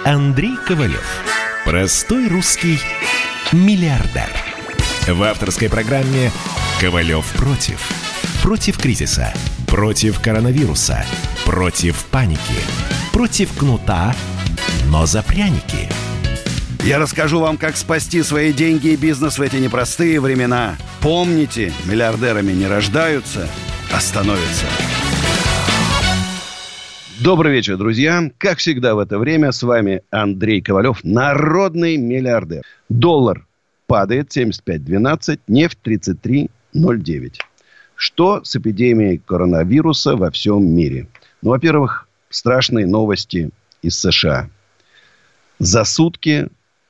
Андрей Ковалев. Простой русский миллиардер. В авторской программе «Ковалев против». Против кризиса, против коронавируса, против паники, против кнута, но за пряники. Я расскажу вам, как спасти свои деньги и бизнес в эти непростые времена. Помните, миллиардерами не рождаются, а становятся. Добрый вечер, друзья. Как всегда в это время с вами Андрей Ковалев, народный миллиардер. Доллар падает 75.12, нефть 33.09. Что с эпидемией коронавируса во всем мире? Ну, во-первых, страшные новости из США. За сутки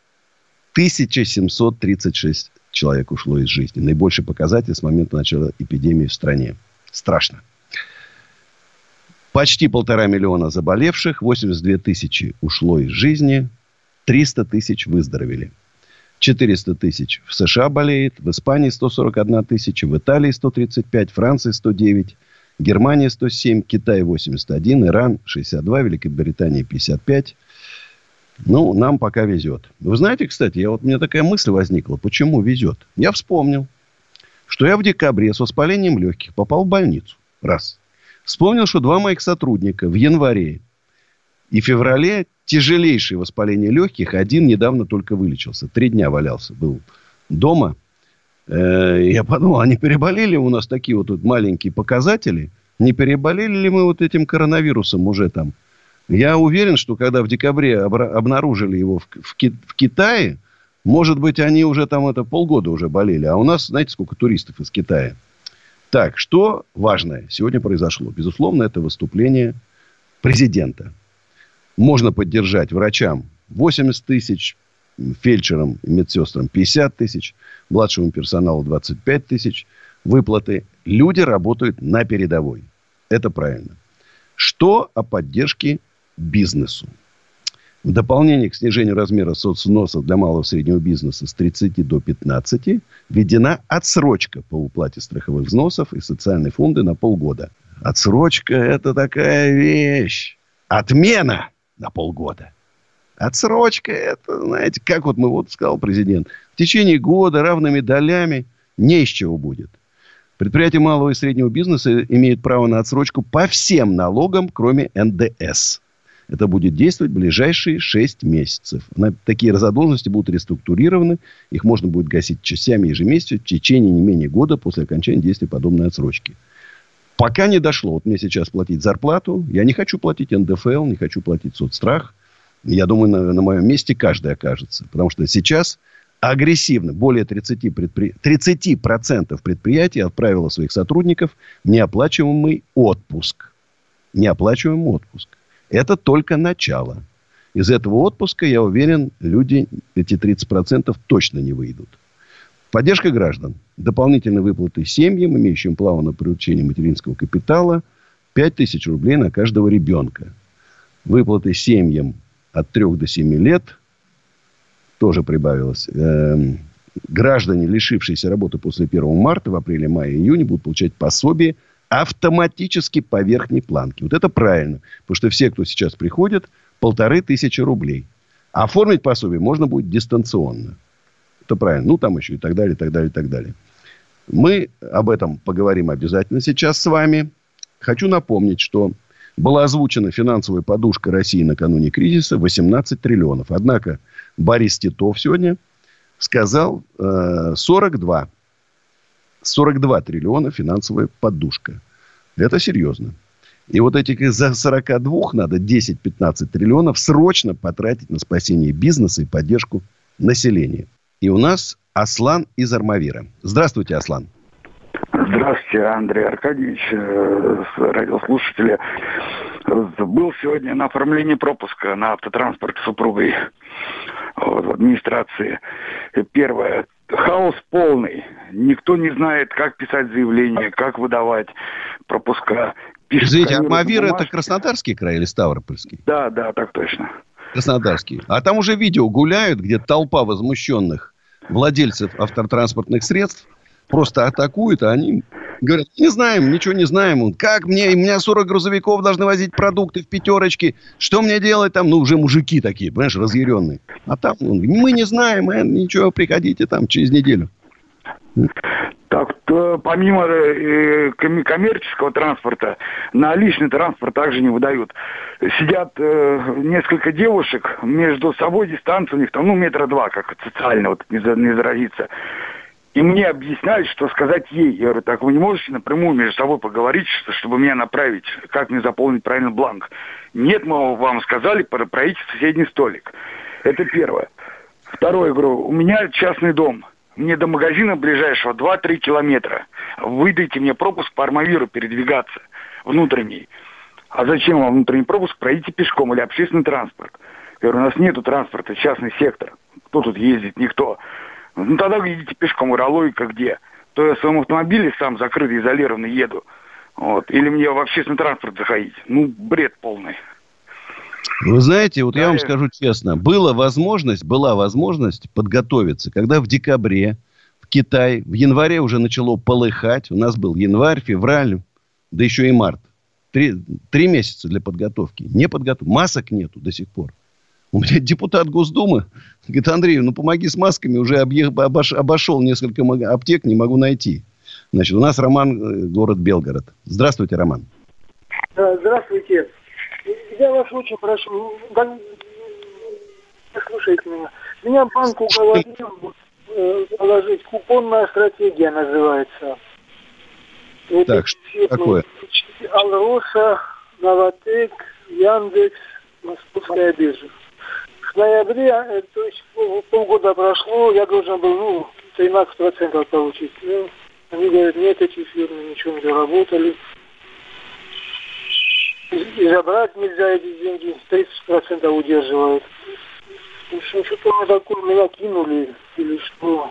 1736 человек ушло из жизни. Наибольший показатель с момента начала эпидемии в стране. Страшно. Почти 1,5 миллиона заболевших, 82 тысячи ушло из жизни, 300 тысяч выздоровели. 400 тысяч в США болеет, в Испании 141 тысяча, в Италии 135, Франции 109, Германия 107, Китай 81, Иран 62, Великобритания 55. Ну, нам пока везет. Вы знаете, кстати, у меня такая мысль возникла, почему везет. Я вспомнил, что я в декабре с воспалением легких попал в больницу. Раз. Вспомнил, что 2 моих сотрудника в январе и феврале тяжелейшее воспаление легких. Один недавно только вылечился. 3 дня валялся. Был дома. Я подумал, а не переболели у нас такие вот тут маленькие показатели? Не переболели ли мы вот этим коронавирусом уже там? Я уверен, что когда в декабре обнаружили его в Китае, может быть, они уже там полгода уже болели. А у нас, знаете, сколько туристов из Китая? Так, что важное сегодня произошло? Безусловно, это выступление президента. Можно поддержать врачам 80 тысяч, фельдшерам и медсестрам 50 тысяч, младшему персоналу 25 тысяч. Выплаты. Люди работают на передовой. Это правильно. Что о поддержке бизнесу? В дополнение к снижению размера соцвзносов для малого и среднего бизнеса с 30 до 15 введена отсрочка по уплате страховых взносов и социальные фонды на полгода. Отсрочка – это такая вещь. Отмена на полгода. Отсрочка – это, знаете, как сказал президент, в течение года равными долями не из чего будет. Предприятия малого и среднего бизнеса имеют право на отсрочку по всем налогам, кроме НДС. Это будет действовать в ближайшие 6 месяцев. Такие задолженности будут реструктурированы. Их можно будет гасить частями ежемесячно в течение не менее года после окончания действия подобной отсрочки. Пока не дошло. Вот мне сейчас платить зарплату. Я не хочу платить НДФЛ, не хочу платить соцстрах. Я думаю, на моем месте каждый окажется. Потому что сейчас агрессивно более 30% предприятий отправило своих сотрудников в неоплачиваемый отпуск. Неоплачиваемый отпуск. Это только начало. Из этого отпуска, я уверен, люди, эти 30% точно не выйдут. Поддержка граждан. Дополнительные выплаты семьям, имеющим право на привлечение материнского капитала. 5 тысяч рублей на каждого ребенка. Выплаты семьям от 3 до 7 лет. Тоже прибавилось. Граждане, лишившиеся работы после 1 марта, в апреле, мае и июне, будут получать пособие автоматически по верхней планке. Вот это правильно. Потому что все, кто сейчас приходит, 1500 рублей. А оформить пособие можно будет дистанционно. Это правильно. Ну, там еще и так далее, и так далее, и так далее. Мы об этом поговорим обязательно сейчас с вами. Хочу напомнить, что была озвучена финансовая подушка России накануне кризиса 18 триллионов. Однако Борис Титов сегодня сказал 42 триллиона финансовая подушка. Это серьезно. И вот этих из-за 42 надо 10-15 триллионов срочно потратить на спасение бизнеса и поддержку населения. И у нас Аслан из Армавира. Здравствуйте, Аслан. Здравствуйте, Андрей Аркадьевич, радиослушатели. Был сегодня на оформлении пропуска на автотранспорт с супругой в администрации. Первое. Хаос полный. Никто не знает, как писать заявление, как выдавать пропуска. Извините, Армавир — это Краснодарский край или Ставропольский? Да, так точно. Краснодарский. А там уже видео гуляют, где толпа возмущенных владельцев автотранспортных средств просто атакуют, а они Говорят, не знаем, ничего не знаем. Как мне? У меня 40 грузовиков должны возить продукты в пятерочке. Что мне делать там? Ну, уже мужики такие, понимаешь, разъяренные. А там, мы не знаем, ничего, приходите там через неделю. Так, помимо коммерческого транспорта, на личный транспорт также не выдают. Сидят несколько девушек, между собой дистанция у них там, метра два, как социально, вот не заразиться. И мне объясняют, что сказать ей. Я говорю, так вы не можете напрямую между собой поговорить, чтобы меня направить, как мне заполнить правильно бланк? Нет, мы вам сказали, пройти в соседний столик. Это первое. Второе, говорю, у меня частный дом. Мне до магазина ближайшего 2-3 километра. Выдайте мне пропуск по Армавиру передвигаться, внутренний. А зачем вам внутренний пропуск? Пройдите пешком или общественный транспорт. Я говорю, у нас нету транспорта, частный сектор. Кто тут ездит? Никто. Ну, тогда вы идите пешком. Я говорю, а логика где? То я в своем автомобиле сам закрытый, изолированный еду. Вот. Или мне в общественный транспорт заходить. Ну, бред полный. Вы знаете, вот я вам скажу честно, была возможность подготовиться, когда в декабре в Китае, в январе уже начало полыхать. У нас был январь, февраль, да еще и март. 3 месяца для подготовки. Не подготовки. Масок нету до сих пор. У меня депутат Госдумы говорит, Андрей, помоги с масками. Уже обошел несколько аптек, не могу найти. Значит, у нас Роман, город Белгород. Здравствуйте, Роман. Здравствуйте. Я вас очень прошу, послушайте меня. Меня банк уговорил положить, купонная стратегия называется. Так, что такое? Алроса, Новотек, Яндекс, Московская биржа. В ноябре, то есть полгода прошло, я должен был 13% получить. Они говорят, нет, эти фирмы ничего не заработали. И забрать нельзя эти деньги, 30% удерживают. В общем, что-то такое меня кинули или что.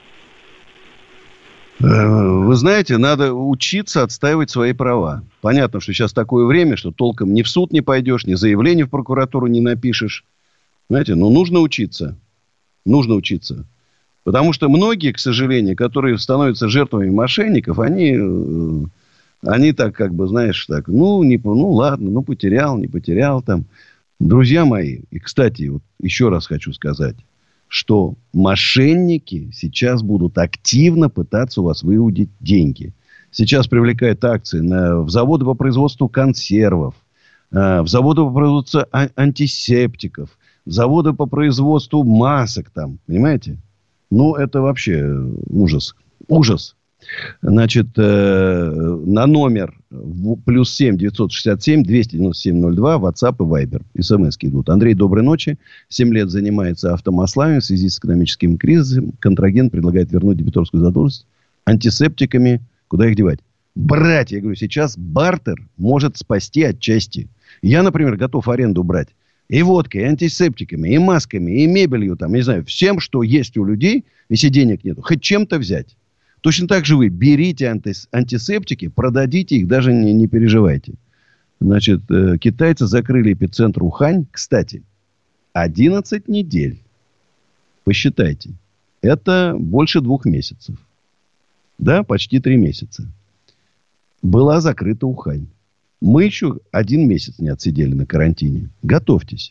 Вы знаете, надо учиться отстаивать свои права. Понятно, что сейчас такое время, что толком ни в суд не пойдешь, ни заявление в прокуратуру не напишешь. Знаете, нужно учиться. Нужно учиться. Потому что многие, к сожалению, которые становятся жертвами мошенников, они так, как бы, знаешь, так, ладно, потерял, не потерял там. Друзья мои, и, кстати, вот еще раз хочу сказать, что мошенники сейчас будут активно пытаться у вас выудить деньги. Сейчас привлекают акции в заводы по производству консервов, в заводы по производству антисептиков, в заводы по производству масок там, понимаете? Это вообще ужас. Ужас. Значит, на номер +7 967 297 02 WhatsApp и Viber. СМС-ки идут. Андрей, доброй ночи. 7 лет занимается автомаслами. В связи с экономическим кризисом контрагент предлагает вернуть дебиторскую задолженность антисептиками. Куда их девать? Брать, я говорю, сейчас бартер может спасти отчасти. Я, например, готов аренду брать. И водкой, и антисептиками, и масками, и мебелью, там, не знаю, всем, что есть у людей, если денег нет, хоть чем-то взять. Точно так же вы берите антисептики, продадите их, даже не переживайте. Значит, китайцы закрыли эпицентр Ухань. Кстати, 11 недель. Посчитайте. Это больше 2 месяцев. Да, почти 3 месяца. Была закрыта Ухань. Мы еще 1 месяц не отсидели на карантине. Готовьтесь.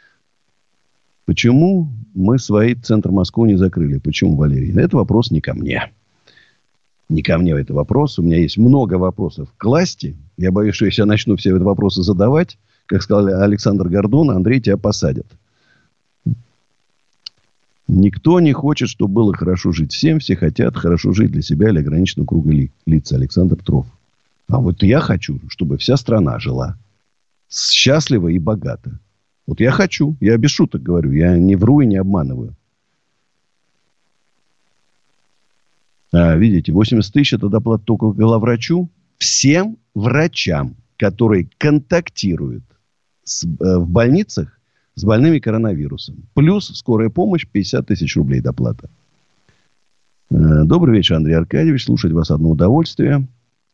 Почему мы свои центр Москвы не закрыли? Почему, Валерий? Это вопрос не ко мне. Не ко мне это вопрос. У меня есть много вопросов к власти. Я боюсь, что если я начну все эти вопросы задавать, как сказал Александр Гордон, Андрей, тебя посадят. Никто не хочет, чтобы было хорошо жить всем. Все хотят хорошо жить для себя или ограниченного круга лиц. Александр Троф. А вот я хочу, чтобы вся страна жила счастливо и богато. Вот я хочу. Я без шуток говорю. Я не вру и не обманываю. Видите, 80 тысяч это доплата только главврачу. Всем врачам, которые контактируют в больницах с больными коронавирусом. Плюс скорая помощь 50 тысяч рублей доплата. Добрый вечер, Андрей Аркадьевич. Слушать вас одно удовольствие.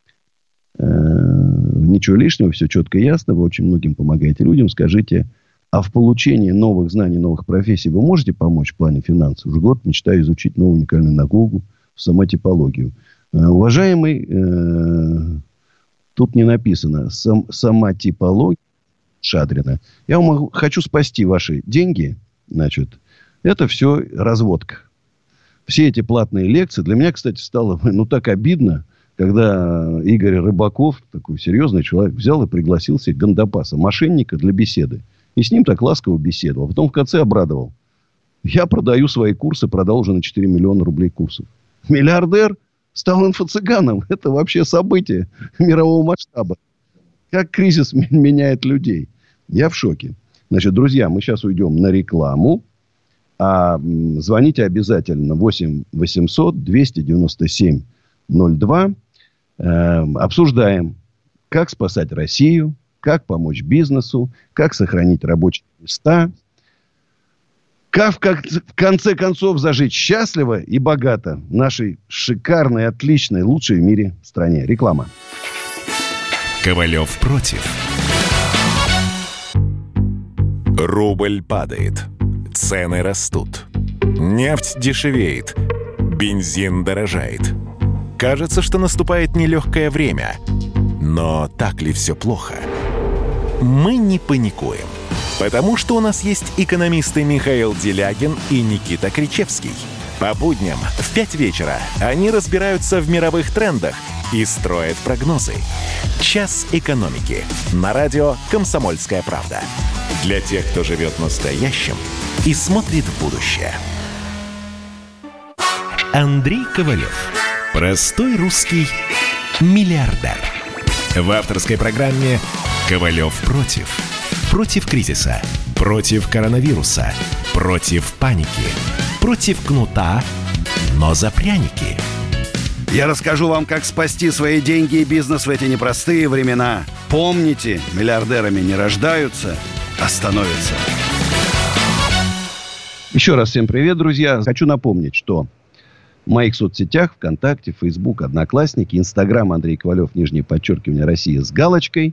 Ничего лишнего, все четко и ясно. Вы очень многим помогаете людям. Скажите, а в получении новых знаний, новых профессий вы можете помочь в плане финансов? Уже год мечтаю изучить новую уникальную науку, самотипологию. Уважаемый, тут не написано сама типология Шадрина. Я вам хочу спасти ваши деньги. Значит, это все разводка. Все эти платные лекции. Для меня, кстати, стало так обидно, когда Игорь Рыбаков, такой серьезный человек, взял и пригласил себе гандапаса, мошенника для беседы. И с ним так ласково беседовал. А потом в конце обрадовал. Я продаю свои курсы, продал уже на 4 миллиона рублей курсов. Миллиардер стал инфо-цыганом. Это вообще событие мирового масштаба. Как кризис меняет людей. Я в шоке. Значит, друзья, мы сейчас уйдем на рекламу. А звоните обязательно 8 800 297 02. Обсуждаем, как спасать Россию, как помочь бизнесу, как сохранить рабочие места, как в конце концов зажить счастливо и богато в нашей шикарной, отличной, лучшей в мире стране. Реклама. Ковалев против. Рубль падает. Цены растут. Нефть дешевеет. Бензин дорожает. Кажется, что наступает нелегкое время. Но так ли все плохо? Мы не паникуем. Потому что у нас есть экономисты Михаил Делягин и Никита Кричевский. По будням в 5 вечера они разбираются в мировых трендах и строят прогнозы. «Час экономики» на радио «Комсомольская правда». Для тех, кто живет настоящим и смотрит в будущее. Андрей Ковалев. Простой русский миллиардер. В авторской программе «Ковалев против». Против кризиса, против коронавируса, против паники, против кнута, но за пряники. Я расскажу вам, как спасти свои деньги и бизнес в эти непростые времена. Помните, миллиардерами не рождаются, а становятся. Еще раз всем привет, друзья. Хочу напомнить, что в моих соцсетях, ВКонтакте, Фейсбук, Одноклассники, Инстаграм Андрей Ковалев, _ Россия с галочкой.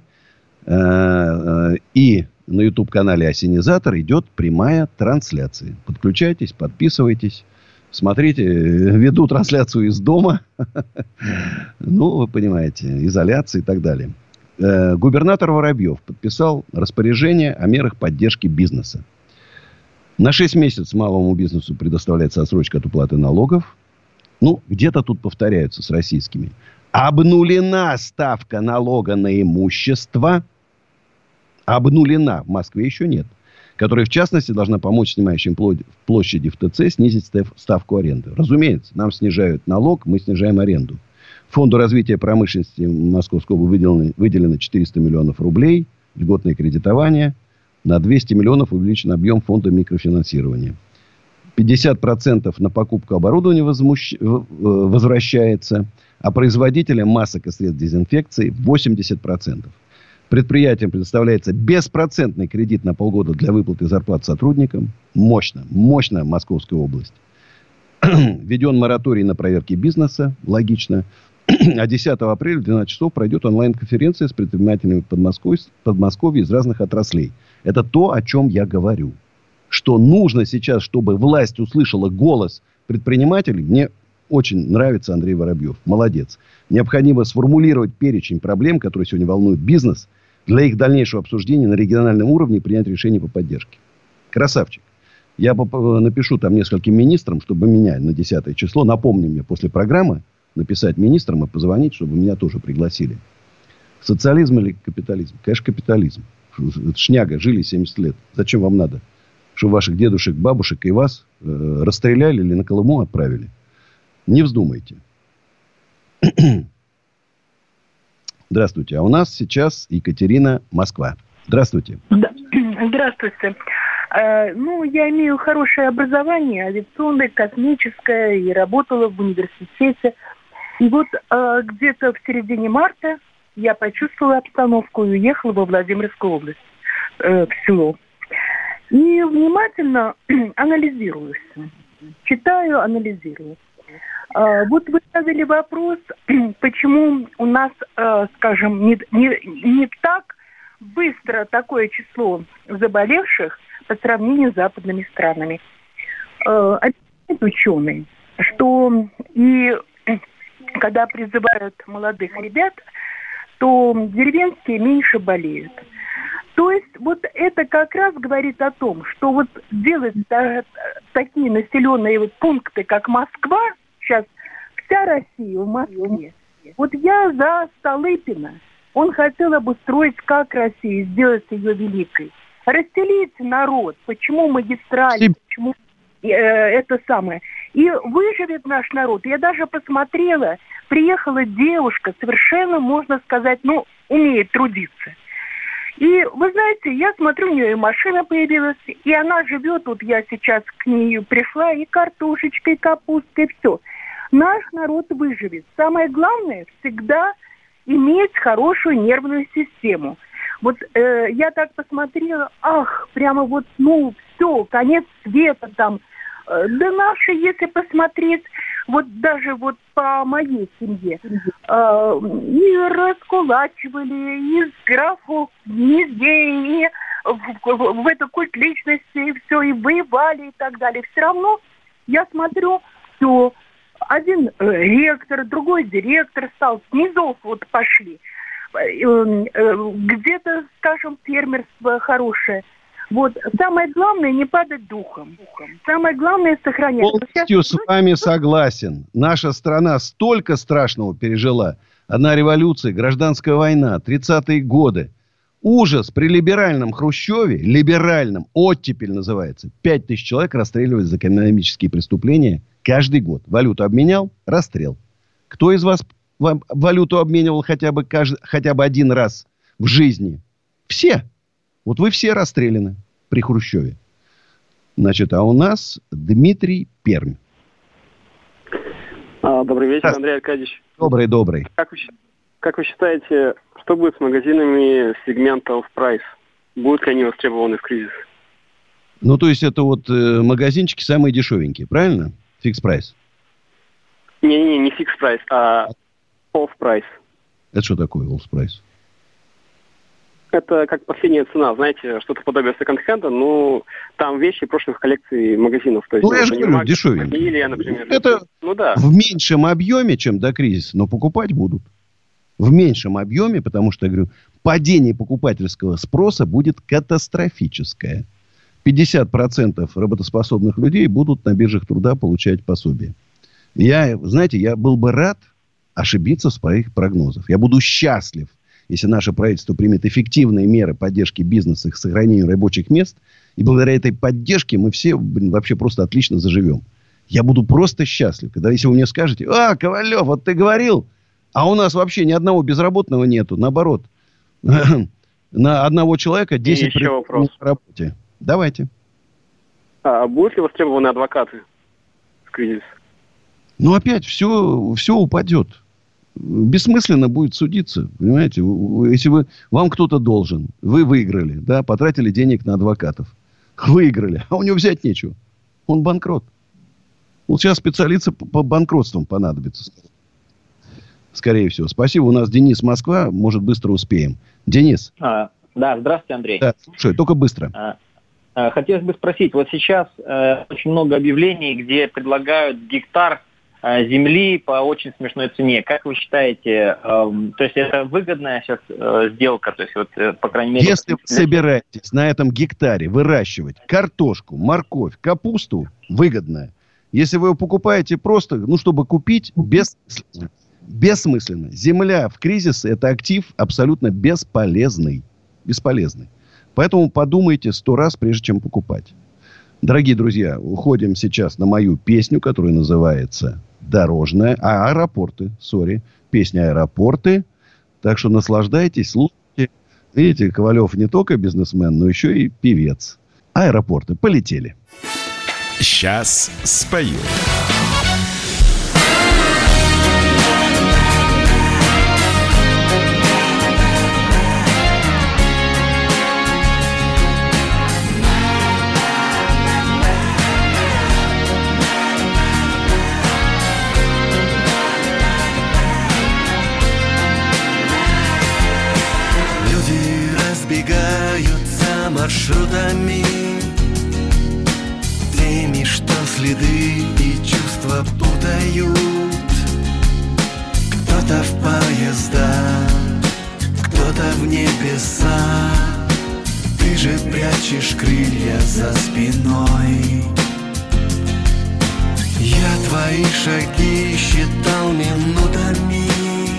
И на YouTube-канале «Осенизатор» идет прямая трансляция. Подключайтесь, подписывайтесь. Смотрите, веду трансляцию из дома. Ну, вы понимаете, изоляция и так далее. Губернатор Воробьев подписал распоряжение о мерах поддержки бизнеса. На 6 месяцев малому бизнесу предоставляется отсрочка от уплаты налогов. Ну, где-то тут повторяются с российскими. Обнулена ставка налога на имущество. Обнулена. В Москве еще нет. Которая, в частности, должна помочь снимающим площади в ТЦ снизить ставку аренды. Разумеется, нам снижают налог, мы снижаем аренду. Фонду развития промышленности Московской области выделено 400 миллионов рублей. Льготное кредитование. На 200 миллионов увеличен объем фонда микрофинансирования. 50% на покупку оборудования возвращается. А производителям масок и средств дезинфекции 80%. Предприятиям предоставляется беспроцентный кредит на полгода для выплаты зарплат сотрудникам. Мощно Московская область. Введен мораторий на проверки бизнеса. Логично. А 10 апреля в 12 часов пройдет онлайн-конференция с предпринимателями Подмосковья из разных отраслей. Это то, о чем я говорю. Что нужно сейчас, чтобы власть услышала голос предпринимателей. Мне очень нравится Андрей Воробьев. Молодец. Необходимо сформулировать перечень проблем, которые сегодня волнуют бизнес, для их дальнейшего обсуждения на региональном уровне и принять решение по поддержке. Красавчик. Я напишу там нескольким министрам, чтобы меня на 10 число, напомни мне после программы, написать министрам и позвонить, чтобы меня тоже пригласили. Социализм или капитализм? Конечно, капитализм. Шняга, жили 70 лет. Зачем вам надо? Чтобы ваших дедушек, бабушек и вас расстреляли или на Колыму отправили? Не вздумайте. Здравствуйте. А у нас сейчас Екатерина, Москва. Здравствуйте. Да. Здравствуйте. Я имею хорошее образование, авиационное, космическое, и работала в университете. И вот где-то в середине марта я почувствовала обстановку и уехала во Владимирскую область, в село. И внимательно анализирую все. Читаю, анализирую. Вот вы ставили вопрос, почему у нас, скажем, не так быстро такое число заболевших по сравнению с западными странами. Объясняют ученые, что и когда призывают молодых ребят, то деревенские меньше болеют. То есть вот это как раз говорит о том, что вот делать такие населенные вот пункты, как Москва, сейчас вся Россия в Москве. Вот я за Столыпина. Он хотел обустроить как Россию, сделать ее великой. Расселить народ. Почему магистрали, почему это самое. И выживет наш народ. Я даже посмотрела, приехала девушка, совершенно, можно сказать, умеет трудиться. И, вы знаете, я смотрю, у нее и машина появилась, и она живет, вот я сейчас к ней пришла, и картошечкой, и капусткой, и все. Наш народ выживет. Самое главное всегда иметь хорошую нервную систему. Вот я так посмотрела, прямо вот, все, конец света там. Да наши, если посмотреть, вот даже вот по моей семье, и раскулачивали, и графов везде, и в эту культ личности, и все, и воевали, и так далее. Все равно я смотрю, все, один ректор, другой директор стал, снизов вот пошли. Где-то, скажем, фермерство хорошее. Вот, самое главное не падать духом. Самое главное сохранять. Полностью с вами согласен. Наша страна столько страшного пережила. Одна революция, гражданская война, 30-е годы. Ужас при либеральном Хрущеве, либеральном, оттепель называется. 5000 человек расстреливают за экономические преступления каждый год. Валюту обменял, расстрел. Кто из вас валюту обменивал хотя бы один раз в жизни? Все. Вот вы все расстреляны при Хрущеве. Значит, а у нас Дмитрий, Пермь. Добрый вечер, Андрей Аркадьевич. Добрый. Как вы считаете, что будет с магазинами сегмента off-price? Будут ли они востребованы в кризис? То есть, это вот магазинчики самые дешевенькие, правильно? Фикс-прайс. Не фикс-прайс, а off-price. Это что такое off-прайс? Это как последняя цена, знаете, что-то подобие секонд-хенда, там вещи прошлых коллекций магазинов. То есть, я же говорю, дешевенькие. Или, например. Это в меньшем объеме, чем до кризиса, но покупать будут. В меньшем объеме, потому что, я говорю, падение покупательского спроса будет катастрофическое. 50% работоспособных людей будут на биржах труда получать пособие. Я был бы рад ошибиться в своих прогнозах. Я буду счастлив, если наше правительство примет эффективные меры поддержки бизнеса к сохранению рабочих мест, и благодаря этой поддержке мы все вообще просто отлично заживем. Я буду просто счастлив, если вы мне скажете: Ковалев, вот ты говорил, а у нас вообще ни одного безработного нету. Наоборот, на одного человека 10 на работе. Давайте. А будут ли востребованы адвокаты в кризис? Опять все упадет. Бессмысленно будет судиться, понимаете? Если вам кто-то должен, вы выиграли, да, потратили денег на адвокатов, выиграли, а у него взять нечего, он банкрот. Вот сейчас специалисты по банкротствам понадобятся, скорее всего. Спасибо, у нас Денис, Москва, может, быстро успеем. Денис. Да, здравствуйте, Андрей. Да, слушай, только быстро. Хотелось бы спросить, вот сейчас очень много объявлений, где предлагают гектар земли по очень смешной цене. Как вы считаете, то есть это выгодная сейчас сделка? То есть, вот, по крайней мере... Если вы собираетесь на этом гектаре выращивать картошку, морковь, капусту, выгодная. Если вы его покупаете просто, чтобы купить, бессмысленно. Земля в кризис – это актив абсолютно бесполезный. Поэтому подумайте 100 раз, прежде чем покупать. Дорогие друзья, уходим сейчас на мою песню, которая называется «Дорожная». Аэропорты. Песня «Аэропорты». Так что наслаждайтесь, слушайте. Видите, Ковалев не только бизнесмен, но еще и певец. «Аэропорты». Полетели. Сейчас спою. Маршрутами, теми, что следы и чувства путают. Кто-то в поезда, кто-то в небеса. Ты же прячешь крылья за спиной. Я твои шаги считал минутами.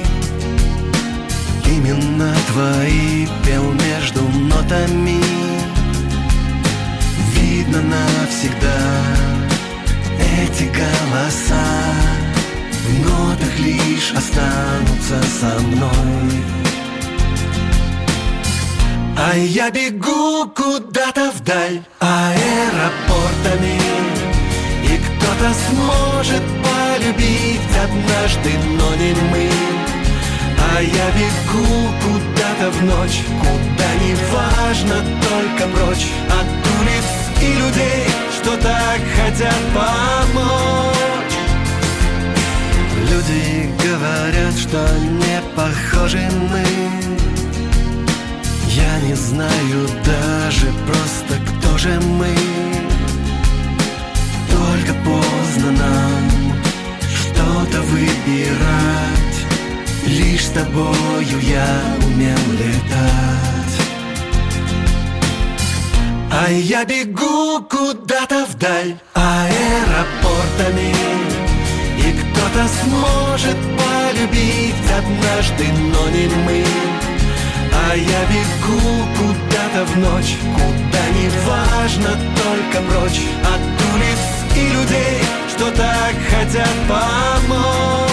Именно твои пел между нотами. Видно навсегда эти голоса в нотах лишь останутся со мной. А я бегу куда-то вдаль аэропортами, и кто-то сможет полюбить однажды, но не мы. А я бегу куда-то в ночь, куда не важно, только прочь от улиц и людей, что так хотят помочь. Люди говорят, что не похожи мы. Я не знаю даже просто, кто же мы. Только поздно нам что-то выбирать. Лишь с тобою я умел летать. А я бегу куда-то вдаль аэропортами, и кто-то сможет полюбить однажды, но не мы. А я бегу куда-то в ночь, куда не важно, только прочь от улиц и людей, что так хотят помочь.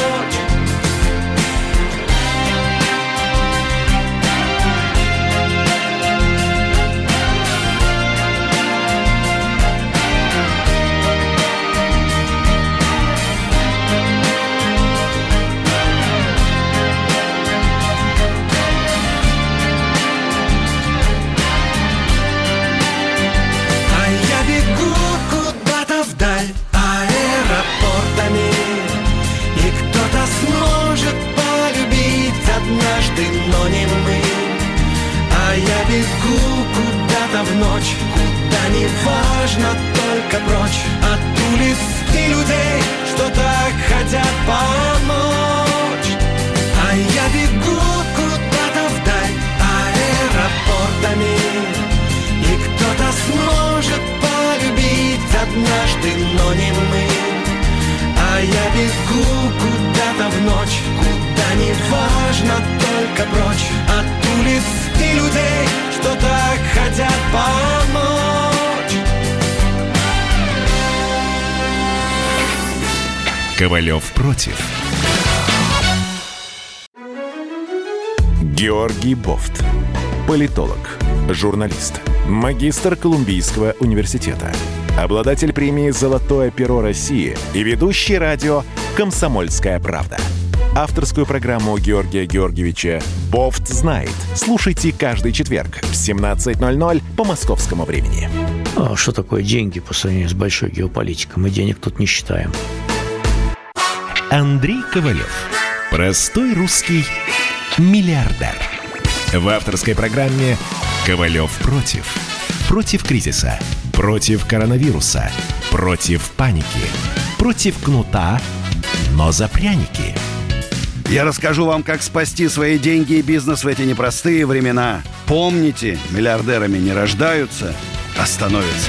Но не мы. А я бегу куда-то в ночь, куда не важно, только прочь от улиц и людей, что так хотят помочь. А я бегу куда-то вдаль аэропортами, и кто-то сможет полюбить однажды, но не мы. А я бегу куда-то в ночь, куда не важно, только прочь от улиц и людей, что так хотят помочь. Ковалев против. Георгий Бофт. Политолог, журналист, магистр Колумбийского университета, обладатель премии «Золотое перо России» и ведущий радио «Комсомольская правда». Авторскую программу Георгия Георгиевича «Бофт знает». Слушайте каждый четверг в 17:00 по московскому времени. А что такое деньги по сравнению с большой геополитикой? Мы денег тут не считаем. Андрей Ковалев. Простой русский миллиардер. В авторской программе «Ковалев против». Против кризиса, против коронавируса, против паники, против кнута, но за пряники. Я расскажу вам, как спасти свои деньги и бизнес в эти непростые времена. Помните, миллиардерами не рождаются, а становятся.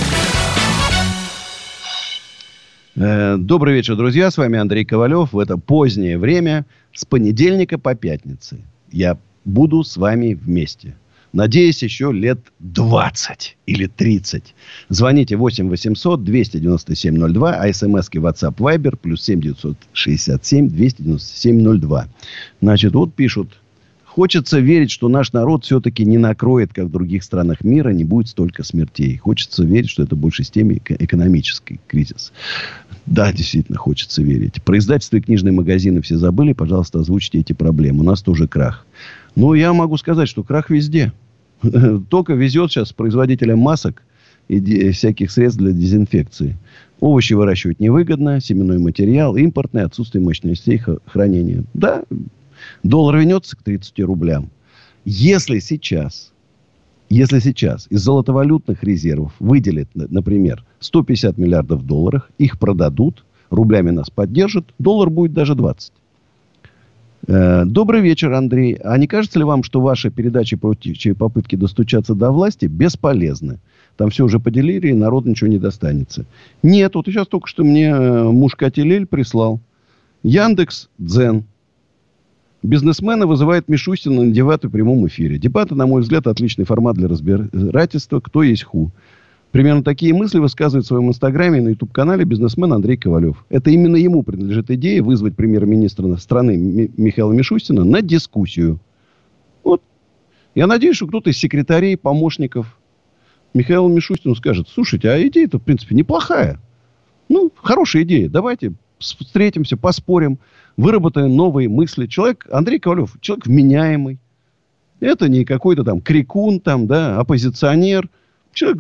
Добрый вечер, друзья. С вами Андрей Ковалев. В это позднее время с понедельника по пятницы я буду с вами вместе. Надеюсь, еще лет 20 или 30. Звоните 8 800 297 02, а смски WhatsApp Viber +7 967 297 02. Значит, вот пишут. Хочется верить, что наш народ все-таки не накроет, как в других странах мира, не будет столько смертей. Хочется верить, что это в большей степени экономический кризис. Да, действительно, хочется верить. Про издательство и книжные магазины все забыли. Пожалуйста, озвучьте эти проблемы. У нас тоже крах. Но я могу сказать, что крах везде. Только везет сейчас производителям масок и всяких средств для дезинфекции. Овощи выращивать невыгодно, семенной материал, импортный, отсутствие мощностей хранения. Да, доллар вернется к 30 рублям. Если сейчас из золотовалютных резервов выделят, например, 150 миллиардов долларов, их продадут, рублями нас поддержат, доллар будет даже 20. Добрый вечер, Андрей. А не кажется ли вам, что ваши передачи против попытки достучаться до власти бесполезны? Там все уже поделили, и народ ничего не достанется. Нет, вот сейчас только что мне муж Катилель прислал. Яндекс.Дзен. Бизнесмена вызывает Мишустина на дебаты в прямом эфире. Дебаты, на мой взгляд, отличный формат для разбирательства, кто есть ху. Примерно такие мысли высказывает в своем инстаграме и на YouTube-канале бизнесмен Андрей Ковалев. Это именно ему принадлежит идея вызвать премьер-министра страны Михаила Мишустина на дискуссию. Вот. Я надеюсь, что кто-то из секретарей, помощников Михаилу Мишустину скажет: слушайте, а идея-то, в принципе, неплохая. Ну, хорошая идея. Давайте встретимся, поспорим, выработаем новые мысли. Андрей Ковалев, человек вменяемый. Это не какой-то там крикун, там, да, оппозиционер. Человек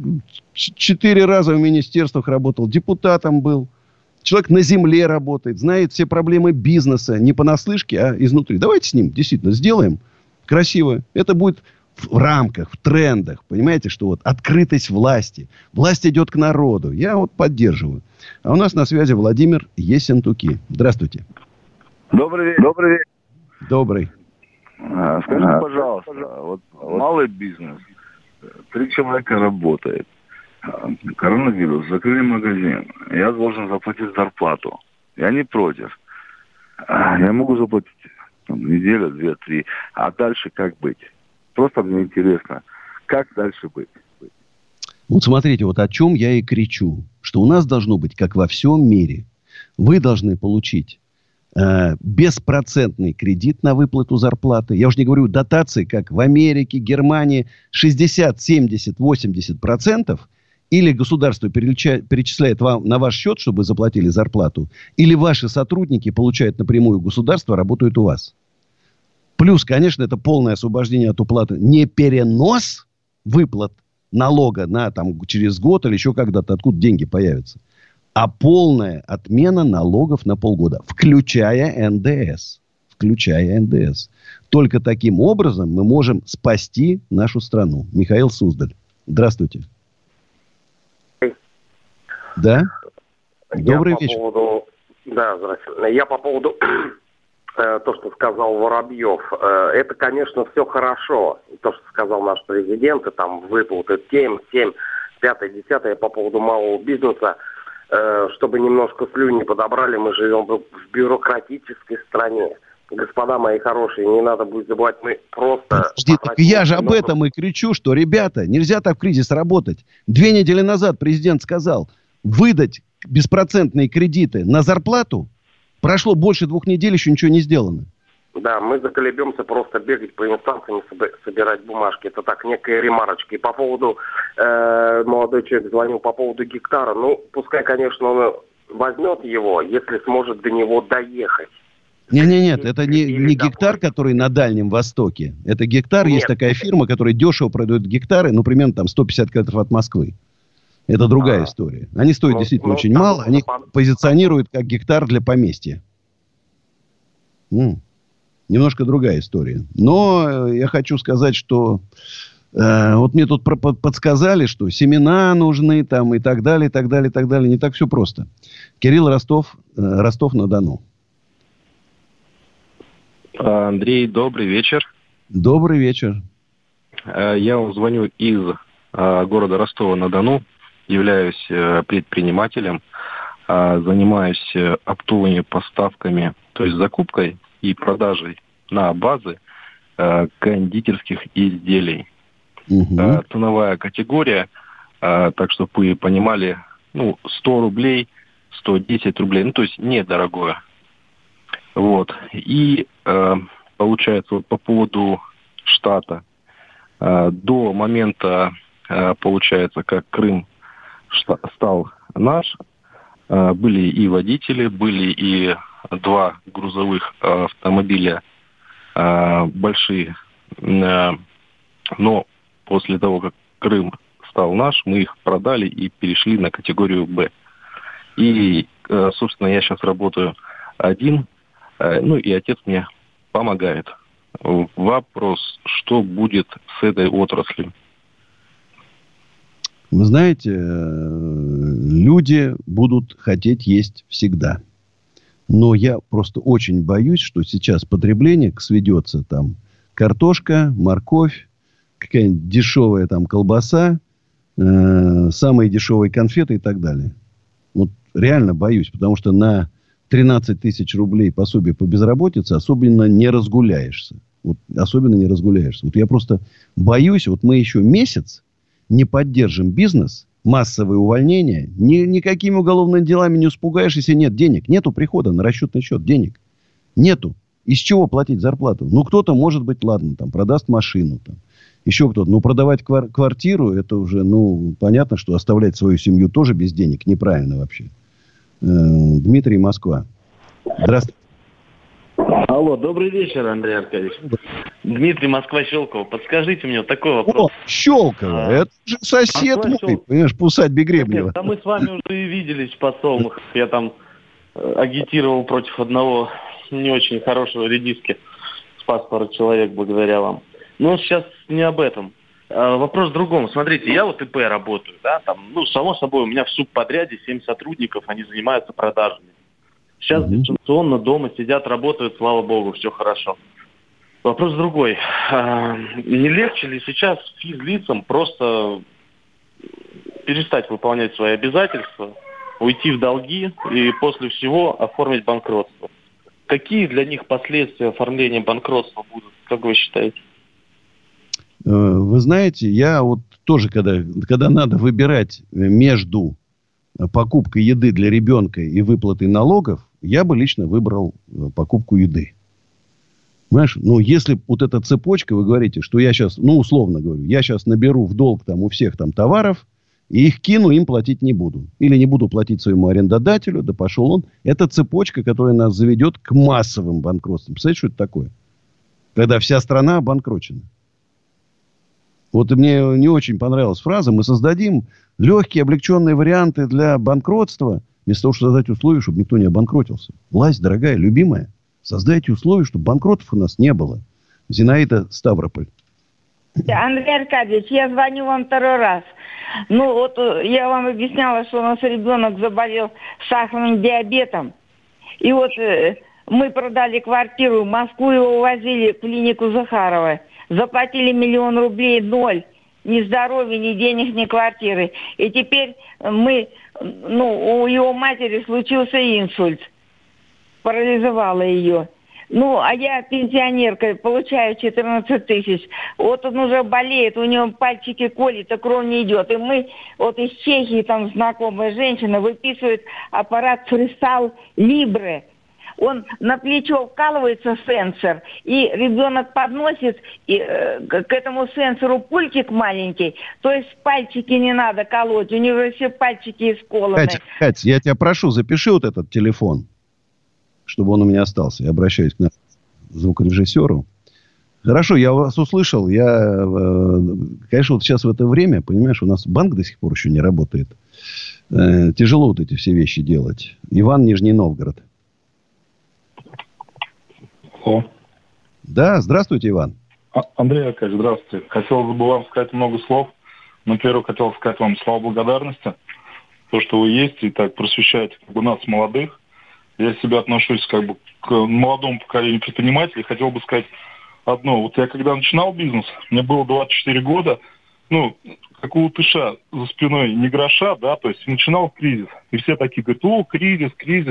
4 раза в министерствах работал, депутатом был. Человек на земле работает, знает все проблемы бизнеса. Не понаслышке, а изнутри. Давайте с ним действительно сделаем красиво. Это будет в рамках, в трендах. Понимаете, что вот открытость власти. Власть идет к народу. Я вот поддерживаю. А у нас на связи Владимир Ессентуки. Здравствуйте. Добрый вечер. Добрый вечер. Добрый. Скажите, пожалуйста, вот малый бизнес. 3 человека работает. Коронавирус, закрыли магазин. Я должен заплатить зарплату. Я не против. Я могу заплатить неделю, 2, 3. А дальше как быть? Просто мне интересно, как дальше быть? Вот смотрите, вот о чем я и кричу. Что у нас должно быть, как во всем мире. Вы должны получить беспроцентный кредит на выплату зарплаты. Я уже не говорю дотации, как в Америке, Германии. 60, 70, 80%. Или государство перечисляет вам на ваш счет, чтобы вы заплатили зарплату. Или ваши сотрудники получают напрямую государство, работают у вас. Плюс, конечно, это полное освобождение от уплаты. Не перенос выплат налога на, там, через год или еще когда-то, откуда деньги появятся. А полная отмена налогов на полгода. Включая НДС. Включая НДС. Только таким образом мы можем спасти нашу страну. Михаил Суздаль. Здравствуйте. Да? Добрый вечер. Да, здравствуйте. Я по поводу то, что сказал Воробьев. Это, конечно, все хорошо. То, что сказал наш президент, и там выплаты 7, 5, 10 по поводу малого бизнеса. Чтобы немножко слюни подобрали, мы живем в бюрократической стране. Господа мои хорошие, не надо будет забывать, мы просто... Я же об этом и кричу, что, ребята, нельзя так в кризис работать. 2 недели назад президент сказал, выдать беспроцентные кредиты на зарплату. Прошло больше 2 недель, еще ничего не сделано. Да, мы заколебемся просто бегать по инстанциям и собирать бумажки. Это так, некая ремарочка. И по поводу, молодой человек звонил по поводу гектара. Ну, пускай, конечно, он возьмет его, если сможет до него доехать. Нет, это не гектар, который на Дальнем Востоке. Это гектар, нет. Есть такая фирма, которая дешево продает гектары, ну, примерно там 150 километров от Москвы. Это другая история. Они стоят действительно очень мало. Они позиционируют как гектар для поместья. Немножко другая история. Но я хочу сказать, что вот мне тут подсказали, что семена нужны там и так далее, и так далее, и так далее. Не так все просто. Кирилл Ростов-на-Дону. Андрей, добрый вечер. Добрый вечер. Я вам звоню из города Ростова-на-Дону. Являюсь предпринимателем. Занимаюсь оптовыми поставками, то есть закупкой и продажей на базы кондитерских изделий. Ценовая категория, так чтобы вы понимали, 100 рублей, 110 рублей, то есть недорогое. Вот. И получается, вот по поводу штата, до момента, получается, как Крым стал наш, были и водители, были и 2 грузовых автомобиля большие. Но после того, как Крым стал наш, мы их продали и перешли на категорию «Б». И, собственно, я сейчас работаю один, и отец мне помогает. Вопрос, что будет с этой отраслью? Вы знаете, люди будут хотеть есть всегда. Но я просто очень боюсь, что сейчас потребление сведется там картошка, морковь, какая-нибудь дешевая там колбаса, самые дешевые конфеты и так далее. Вот реально боюсь, потому что на 13 тысяч рублей пособие по безработице особенно не разгуляешься. Вот я просто боюсь, вот мы еще месяц не поддержим бизнес, массовые увольнения, никакими уголовными делами не испугаешь, если нет денег. Нету прихода на расчетный счет, денег. Нету. Из чего платить зарплату? Ну, кто-то, может быть, ладно, там, продаст машину, там, еще кто-то. Но продавать квартиру, это уже, понятно, что оставлять свою семью тоже без денег неправильно вообще. Дмитрий, Москва. Здравствуйте. Алло, добрый вечер, Андрей Аркадьевич. Дмитрий, Москва, Щелково. Подскажите мне вот такой вопрос. О, Щелково, это же сосед мой, понимаешь, по усадьбе Гребнева. Да мы с вами уже и виделись в подсолнухах. Я там агитировал против одного не очень хорошего редиски. Спас пару человек благодаря вам. Но сейчас не об этом. Вопрос в другом. Смотрите, я вот ИП работаю, да, там, само собой, у меня в субподряде 7 сотрудников, они занимаются продажами. Сейчас дистанционно дома сидят, работают, слава богу, все хорошо. Вопрос другой. Не легче ли сейчас физлицам просто перестать выполнять свои обязательства, уйти в долги и после всего оформить банкротство? Какие для них последствия оформления банкротства будут, как вы считаете? Вы знаете, я вот тоже, когда надо выбирать между покупкой еды для ребенка и выплатой налогов, я бы лично выбрал покупку еды. Понимаешь? Если вот эта цепочка, вы говорите, что я сейчас, условно говорю, я сейчас наберу в долг там у всех там товаров, и их кину, им платить не буду. Или не буду платить своему арендодателю, да пошел он. Это цепочка, которая нас заведет к массовым банкротствам. Представляете, что это такое? Когда вся страна обанкрочена. Вот мне не очень понравилась фраза. Мы создадим легкие, облегченные варианты для банкротства, вместо того, чтобы создать условия, чтобы никто не обанкротился. Власть, дорогая, любимая, создайте условия, чтобы банкротов у нас не было. Зинаида, Ставрополь. Андрей Аркадьевич, я звоню вам второй раз. Я вам объясняла, что у нас ребенок заболел сахарным диабетом. И мы продали квартиру, в Москву его увозили в клинику Захарова. Заплатили 1 000 000 рублей, 0. Ни здоровья, ни денег, ни квартиры. И теперь у его матери случился инсульт. Парализовало ее. А я пенсионерка, получаю 14 тысяч. Вот он уже болеет, у него пальчики колят, а кровь не идет. И мы, из Чехии, там знакомая женщина, выписывает аппарат Фристал Либре. Он на плечо вкалывается сенсор, и ребенок подносит к этому сенсору пультик маленький, то есть пальчики не надо колоть, у него все пальчики исколоны. Катя, я тебя прошу, запиши вот этот телефон, чтобы он у меня остался. Я обращаюсь к звукорежиссеру. Хорошо, я вас услышал. Конечно, вот сейчас в это время, понимаешь, у нас банк до сих пор еще не работает. Тяжело вот эти все вещи делать. Иван, Нижний Новгород. Алло. Да, здравствуйте, Иван. Андрей Аркадьевич, здравствуйте. Хотелось бы вам сказать много слов. Первое, хотел сказать вам слова благодарности. То, что вы есть и так просвещаете нас, молодых. Я себя отношусь к молодому поколению предпринимателей. Хотел бы сказать одно. Вот я когда начинал бизнес, мне было 24 года, как у латыша за спиной не гроша, да, то есть начинал кризис. И все такие говорят, кризис.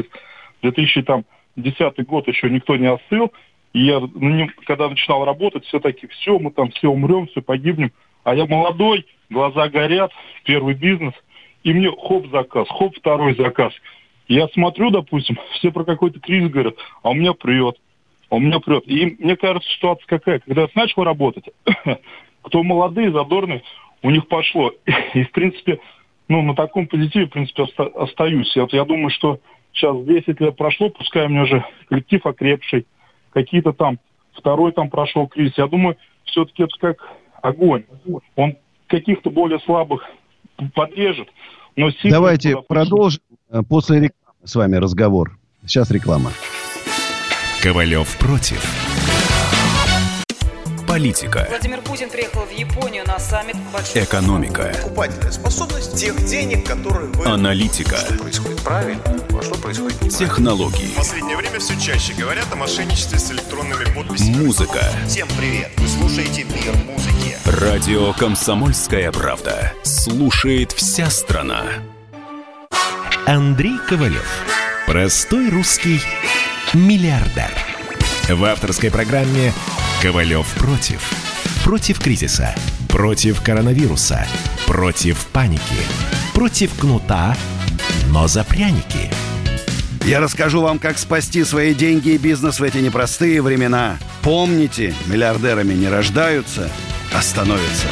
2010 год еще никто не остыл. И я, когда начинал работать, все такие, мы там все умрем, все погибнем. А я молодой, глаза горят, первый бизнес. И мне хоп заказ, хоп второй заказ. Я смотрю, допустим, все про какой-то кризис говорят, а у меня прет. И мне кажется, ситуация какая. Когда я начал работать, кто молодые, задорные, у них пошло. И, в принципе, на таком позитиве, в принципе, остаюсь. Я думаю, что сейчас 10 лет прошло, пускай у меня уже коллектив окрепший, какие-то там, второй там прошел кризис. Я думаю, все-таки это как огонь. Он каких-то более слабых подрежет. Но давайте продолжим после рекламы с вами разговор. Сейчас реклама. Ковалев против. Политика. Владимир Путин приехал в Японию на саммит большой... Экономика. Покупательная способность тех денег, которые вы... Аналитика. Что происходит правильно, а что происходит неправильно. Технологии. В последнее время все чаще говорят о мошенничестве с электронными подписями. Музыка. Всем привет! Вы слушаете «Мир музыки». Радио «Комсомольская правда». Слушает вся страна. Андрей Ковалев. Простой русский миллиардер. В авторской программе «Ковалев против». Против кризиса, против коронавируса, против паники, против кнута, но за пряники. Я расскажу вам, как спасти свои деньги и бизнес в эти непростые времена. Помните, миллиардерами не рождаются, а становятся.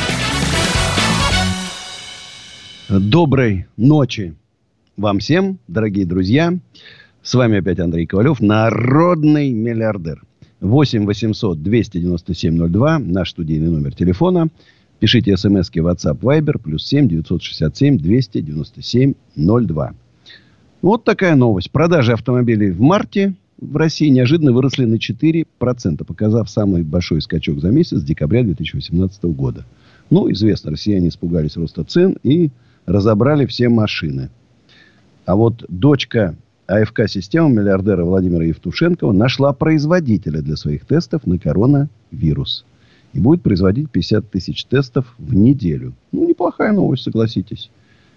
Доброй ночи вам всем, дорогие друзья. С вами опять Андрей Ковалев, народный миллиардер. 8 800 297 02, наш студийный номер телефона. Пишите смски в WhatsApp, Viber, +7 967 297 02. Вот такая новость. Продажи автомобилей в марте в России неожиданно выросли на 4%, показав самый большой скачок за месяц с декабря 2018 года. Ну, известно, россияне испугались роста цен и разобрали все машины. А вот дочка АФК-системы миллиардера Владимира Евтушенкова нашла производителя для своих тестов на коронавирус. И будет производить 50 тысяч тестов в неделю. Ну, неплохая новость, согласитесь.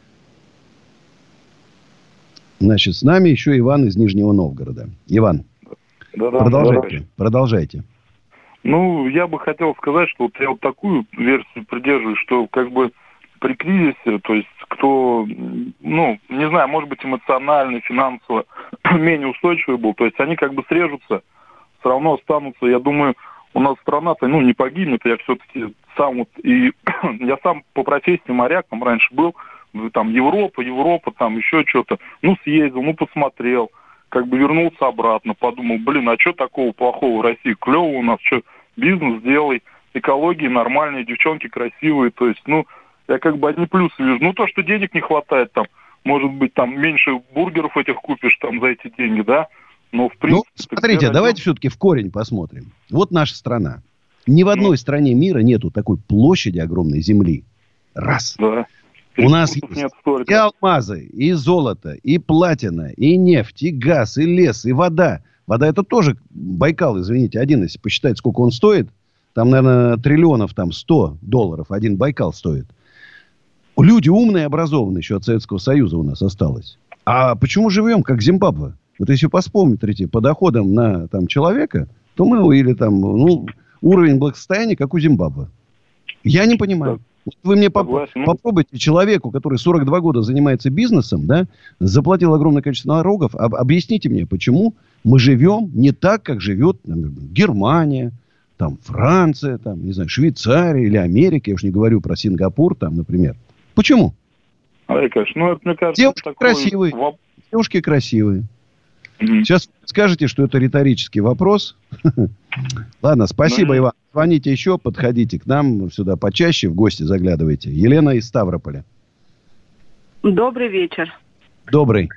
Значит, с нами еще Иван из Нижнего Новгорода. Иван, продолжайте. Ну, я бы хотел сказать, что вот я вот такую версию придерживаюсь, что как бы при кризисе, то есть кто, ну, не знаю, может быть, эмоционально, финансово менее устойчивый был, то есть они как бы срежутся, все равно останутся. Я думаю, у нас страна-то, ну, не погибнет. Я все-таки сам вот, и я сам по профессии моряк, там раньше был, там Европа, там еще что-то. Ну, съездил, ну, посмотрел, как бы вернулся обратно, подумал, блин, а что такого плохого в России? Клево у нас, что, бизнес делай, экология нормальная, девчонки красивые, то есть, ну, я как бы одни плюсы вижу. Ну, то, что денег не хватает, там, может быть, там, меньше бургеров этих купишь, там, за эти деньги, да? Но, в принципе... Ну, смотрите, давайте все-таки в корень посмотрим. Вот наша страна. Ни в одной стране мира нету такой площади огромной земли. Раз. Да. У нас есть и алмазы, и золото, и платина, и нефть, и газ, и лес, и вода. Вода это тоже Байкал, извините, один, если посчитать, сколько он стоит. Там, наверное, триллионов, там, $100 один Байкал стоит. Люди умные, образованные, еще от Советского Союза у нас осталось. А почему живем, как Зимбабве? Вот если посмотрите по доходам на там, человека, то мы, или там, ну, уровень благосостояния, как у Зимбабве. Я не понимаю. Вы мне попробуйте человеку, который 42 года занимается бизнесом, да, заплатил огромное количество налогов, объясните мне, почему мы живем не так, как живет Германия, там, Франция, там, не знаю, Швейцария или Америка, я уж не говорю про Сингапур, там, например. Почему? Конечно, ну, это, мне кажется, девушки такой... красивые. Девушки красивые. Сейчас скажете, что это риторический вопрос. Ладно, спасибо, Иван. Звоните еще, подходите к нам сюда почаще, в гости заглядывайте. Елена из Ставрополя. Добрый вечер. Добрый.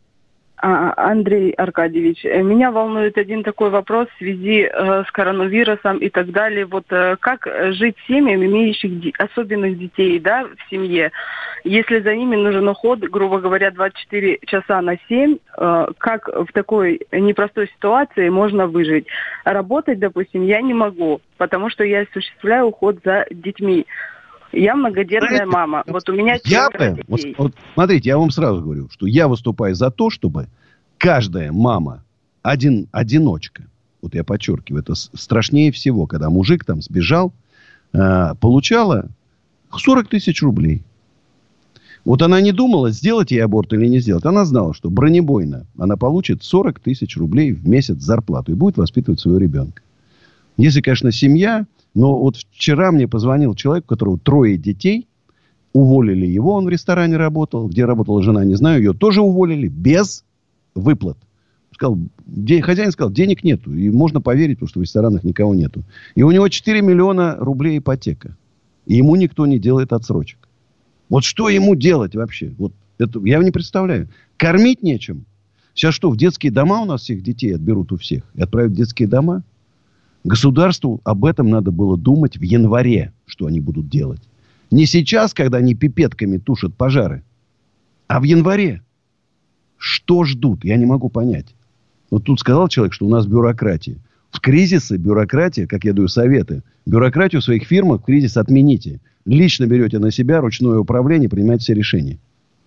Андрей Аркадьевич, меня волнует один такой вопрос в связи с коронавирусом и так далее. Вот как жить семьям, имеющих особенных детей, да, в семье, если за ними нужен уход, грубо говоря, 24 часа на 7, как в такой непростой ситуации можно выжить? Работать, допустим, я не могу, потому что я осуществляю уход за детьми. Я многодетная мама. Вот у меня 4 детей. Вот, смотрите, я вам сразу говорю, что я выступаю за то, чтобы каждая мама, одиночка, вот я подчеркиваю, это страшнее всего, когда мужик там сбежал, получала 40 тысяч рублей. Вот она не думала, сделать ей аборт или не сделать. Она знала, что бронебойно она получит 40 тысяч рублей в месяц зарплату и будет воспитывать своего ребенка. Если, конечно, семья... Но вот вчера мне позвонил человек, у которого 3 детей. Уволили его, он в ресторане работал. Где работала жена, не знаю. Ее тоже уволили без выплат. Хозяин сказал, денег нету. И можно поверить, потому что в ресторанах никого нету. И у него 4 миллиона рублей ипотека. И ему никто не делает отсрочек. Вот что ему делать вообще? Вот это я не представляю. Кормить нечем. Сейчас что, в детские дома у нас всех детей отберут у всех? И отправят в детские дома? Государству об этом надо было думать в январе, что они будут делать. Не сейчас, когда они пипетками тушат пожары, а в январе. Что ждут? Я не могу понять. Вот тут сказал человек, что у нас бюрократия. В кризисы бюрократия, как я даю советы, бюрократию в своих фирмах в кризис отмените. Лично берете на себя ручное управление, принимаете все решения.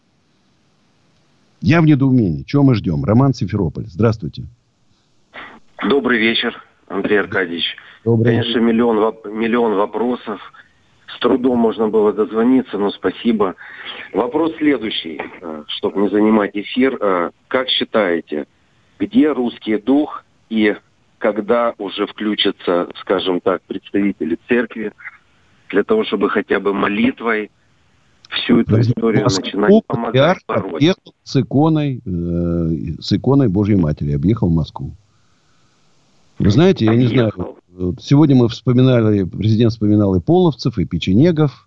Я в недоумении. Чего мы ждем? Роман, Симферополь. Здравствуйте. Добрый вечер, Андрей Аркадьевич. Добрый Конечно, миллион вопросов. С трудом можно было дозвониться, но спасибо. Вопрос следующий, чтобы не занимать эфир. Как считаете, где русский дух и когда уже включатся, скажем так, представители церкви для того, чтобы хотя бы молитвой всю эту историю начинать помогать бороться? Объехал с иконой Божьей Матери. Объехал Москву. Вы знаете, я не знаю. Сегодня мы вспоминали, президент вспоминал и половцев, и печенегов.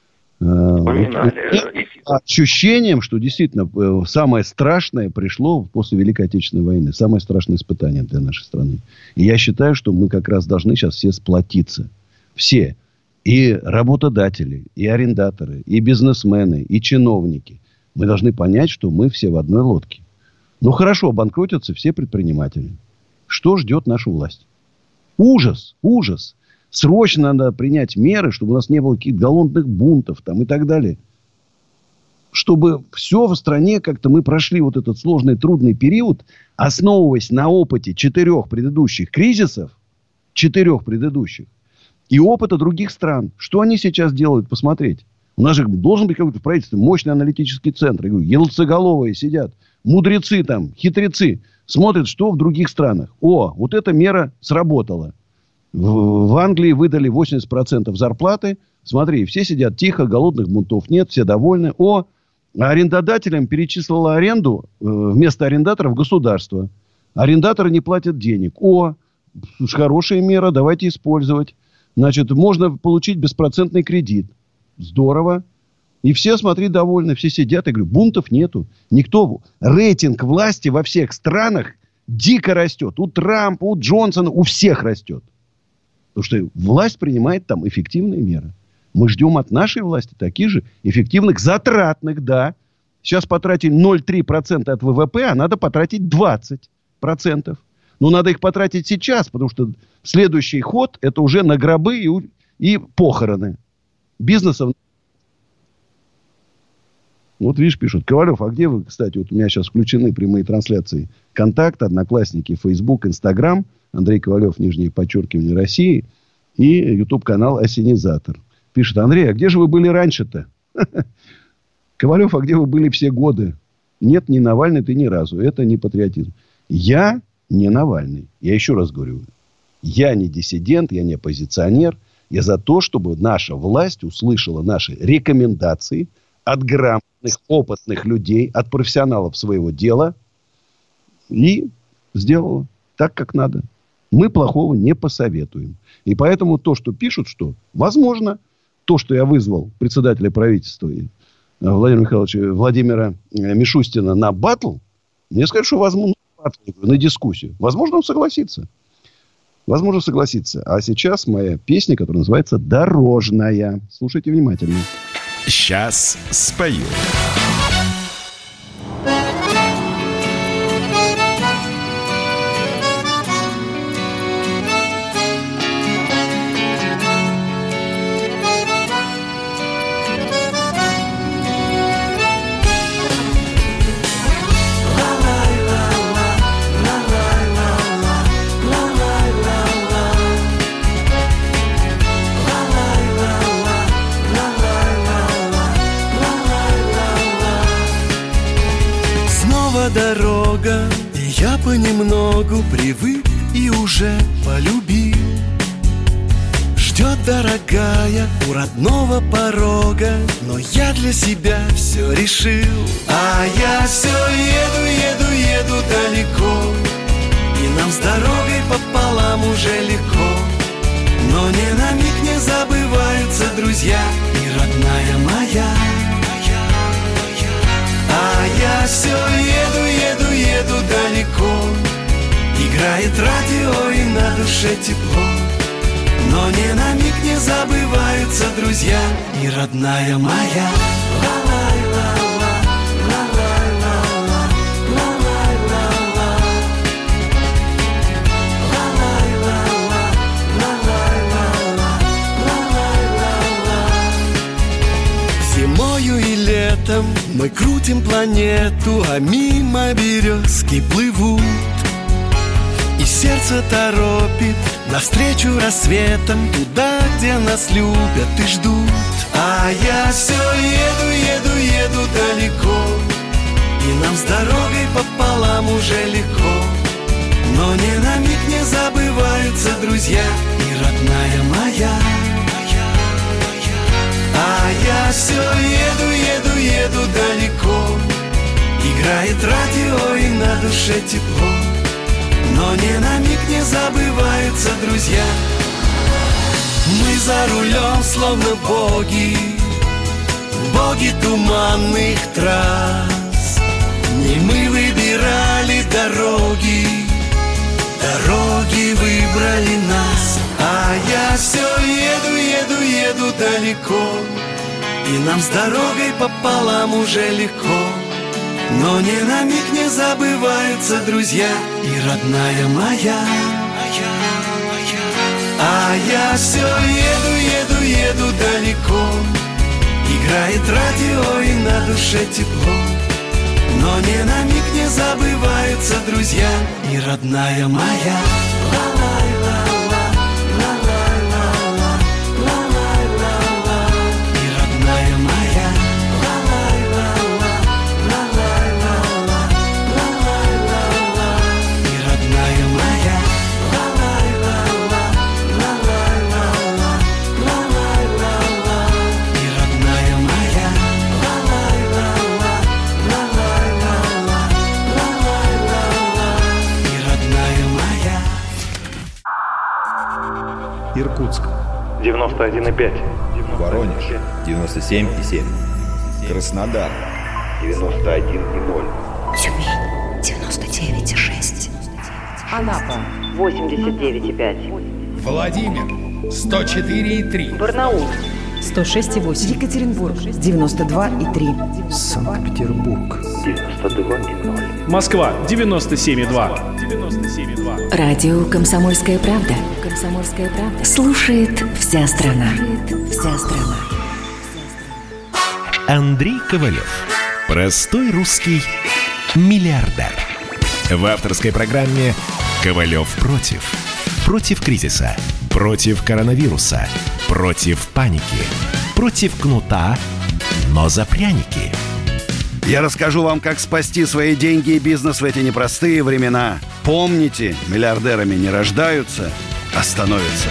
Ощущением, что действительно самое страшное пришло после Великой Отечественной войны. Самое страшное испытание для нашей страны. И я считаю, что мы как раз должны сейчас все сплотиться. Все. И работодатели, и арендаторы, и бизнесмены, и чиновники. Мы должны понять, что мы все в одной лодке. Ну, хорошо, обанкротятся все предприниматели. Что ждет нашу власть? Ужас, ужас. Срочно надо принять меры, чтобы у нас не было каких-то голодных бунтов там, и так далее. Чтобы все в стране как-то мы прошли вот этот сложный, трудный период, основываясь на опыте 4 предыдущих кризисов, 4 предыдущих, и опыта других стран. Что они сейчас делают, посмотреть. У нас же должен быть какой-то в правительстве мощный аналитический центр. Я говорю, елцеголовые сидят, мудрецы там, хитрецы. Смотрят, что в других странах. О, вот эта мера сработала. В Англии выдали 80% зарплаты. Смотри, все сидят тихо, голодных бунтов нет, все довольны. О, арендодателям перечислило аренду вместо арендаторов государство. Арендаторы не платят денег. О, хорошая мера, давайте использовать. Значит, можно получить беспроцентный кредит. Здорово. И все, смотри, довольны. Все сидят. Я говорю, бунтов нету. Никто... Рейтинг власти во всех странах дико растет. У Трампа, у Джонсона, у всех растет. Потому что власть принимает там эффективные меры. Мы ждем от нашей власти таких же эффективных, затратных, да. Сейчас потратили 0,3% от ВВП, а надо потратить 20%. Но надо их потратить сейчас, потому что следующий ход это уже на гробы и похороны. Бизнесов. Вот видишь, пишут. Ковалев, а где вы, кстати, вот у меня сейчас включены прямые трансляции ВКонтакте, Одноклассники, Фейсбук, Инстаграм. Андрей Ковалев, нижнее подчеркивание, России. И YouTube-канал Осенизатор. Пишет, Андрей, а где же вы были раньше-то? Ковалев, а где вы были все годы? Нет, не Навальный ты ни разу. Это не патриотизм. Я не Навальный. Я еще раз говорю. Я не диссидент, я не оппозиционер. Я за то, чтобы наша власть услышала наши рекомендации от грамотных, опытных людей, от профессионалов своего дела и сделала так, как надо. Мы плохого не посоветуем. И поэтому то, что пишут, что возможно, то, что я вызвал председателя правительства Владимира Михайловича Владимира Мишустина на баттл, мне скажут, что возможно на дискуссию. Возможно, он согласится. Возможно, согласится. А сейчас моя песня, которая называется «Дорожная». Слушайте внимательно. Сейчас спою. Дорога, и я понемногу привык и уже полюбил. Ждет дорогая у родного порога, но я для себя все решил. А я все еду далеко, и нам с дорогой пополам уже легко. Но ни на миг не забываются друзья и родная моя. А я все еду далеко, Играет радио и на душе тепло. Но ни на миг не забываются друзья и родная моя. Зимою и летом мы крутим планету, а мимо березки плывут. И сердце торопит навстречу рассветам, туда, где нас любят и ждут. А я все еду далеко, и нам с дорогой пополам уже легко. Но ни на миг не забываются друзья и родная моя. А я все еду далеко, играет радио и на душе тепло. Но ни на миг не забываются друзья. Мы за рулем словно боги, боги туманных трасс. Не мы выбирали дороги, дороги выбрали нас. А я все еду далеко, и нам с дорогой пополам уже легко. Но ни на миг не забываются друзья и родная моя. А я все еду далеко, играет радио и на душе тепло. Но ни на миг не забываются друзья и родная моя. Иркутск 91,5, Воронеж 97,7, Краснодар 91,0, Тюмень 99,6, Анапа 89,5, Владимир 104,3, Барнаул 106,8, Екатеринбург 92,3, Санкт-Петербург 92,0, Москва 97,2. Радио «Комсомольская правда». «Комсомольская правда». Слушает вся страна. Вся страна. Андрей Ковалев. Простой русский миллиардер. В авторской программе «Ковалев против». Против кризиса, против коронавируса, против паники, против кнута, но за пряники. Я расскажу вам, как спасти свои деньги и бизнес в эти непростые времена. Помните, миллиардерами не рождаются, а становятся.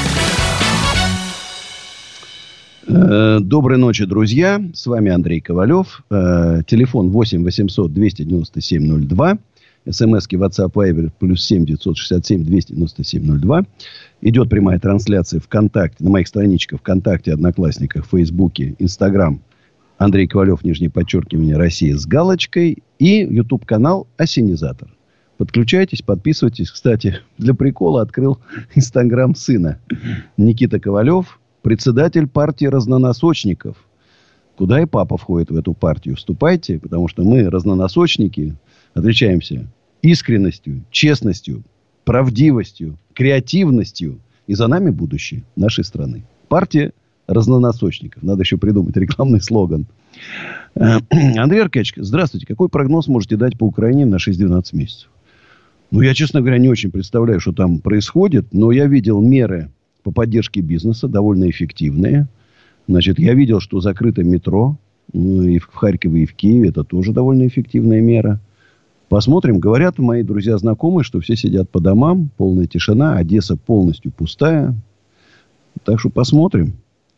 Доброй ночи, друзья. С вами Андрей Ковалев. Телефон 8 800 297 02. СМСки WhatsApp Viber +7 967 297 02. Идет прямая трансляция ВКонтакте, на моих страничках ВКонтакте, Одноклассниках, Фейсбуке, Инстаграм. Андрей Ковалев, нижнее подчеркивание, Россия с галочкой. И YouTube-канал «Осенизатор». Подключайтесь, подписывайтесь. Кстати, для прикола открыл Инстаграм сына. Никита Ковалев, председатель партии разноносочников. Куда и папа входит в эту партию. Вступайте, потому что мы, разноносочники, отличаемся искренностью, честностью, правдивостью, креативностью. И за нами будущее нашей страны. Партия разноносочников. Надо еще придумать рекламный слоган. Андрей Аркадьевич, здравствуйте. Какой прогноз можете дать по Украине на 6-12 месяцев? Ну, я, честно говоря, не очень представляю, что там происходит. Но я видел меры по поддержке бизнеса, довольно эффективные. Значит, я видел, что закрыто метро. И в Харькове, и в Киеве. Это тоже довольно эффективная мера. Посмотрим. Говорят мои друзья, знакомые, что все сидят по домам. Полная тишина. Одесса полностью пустая. Так что посмотрим.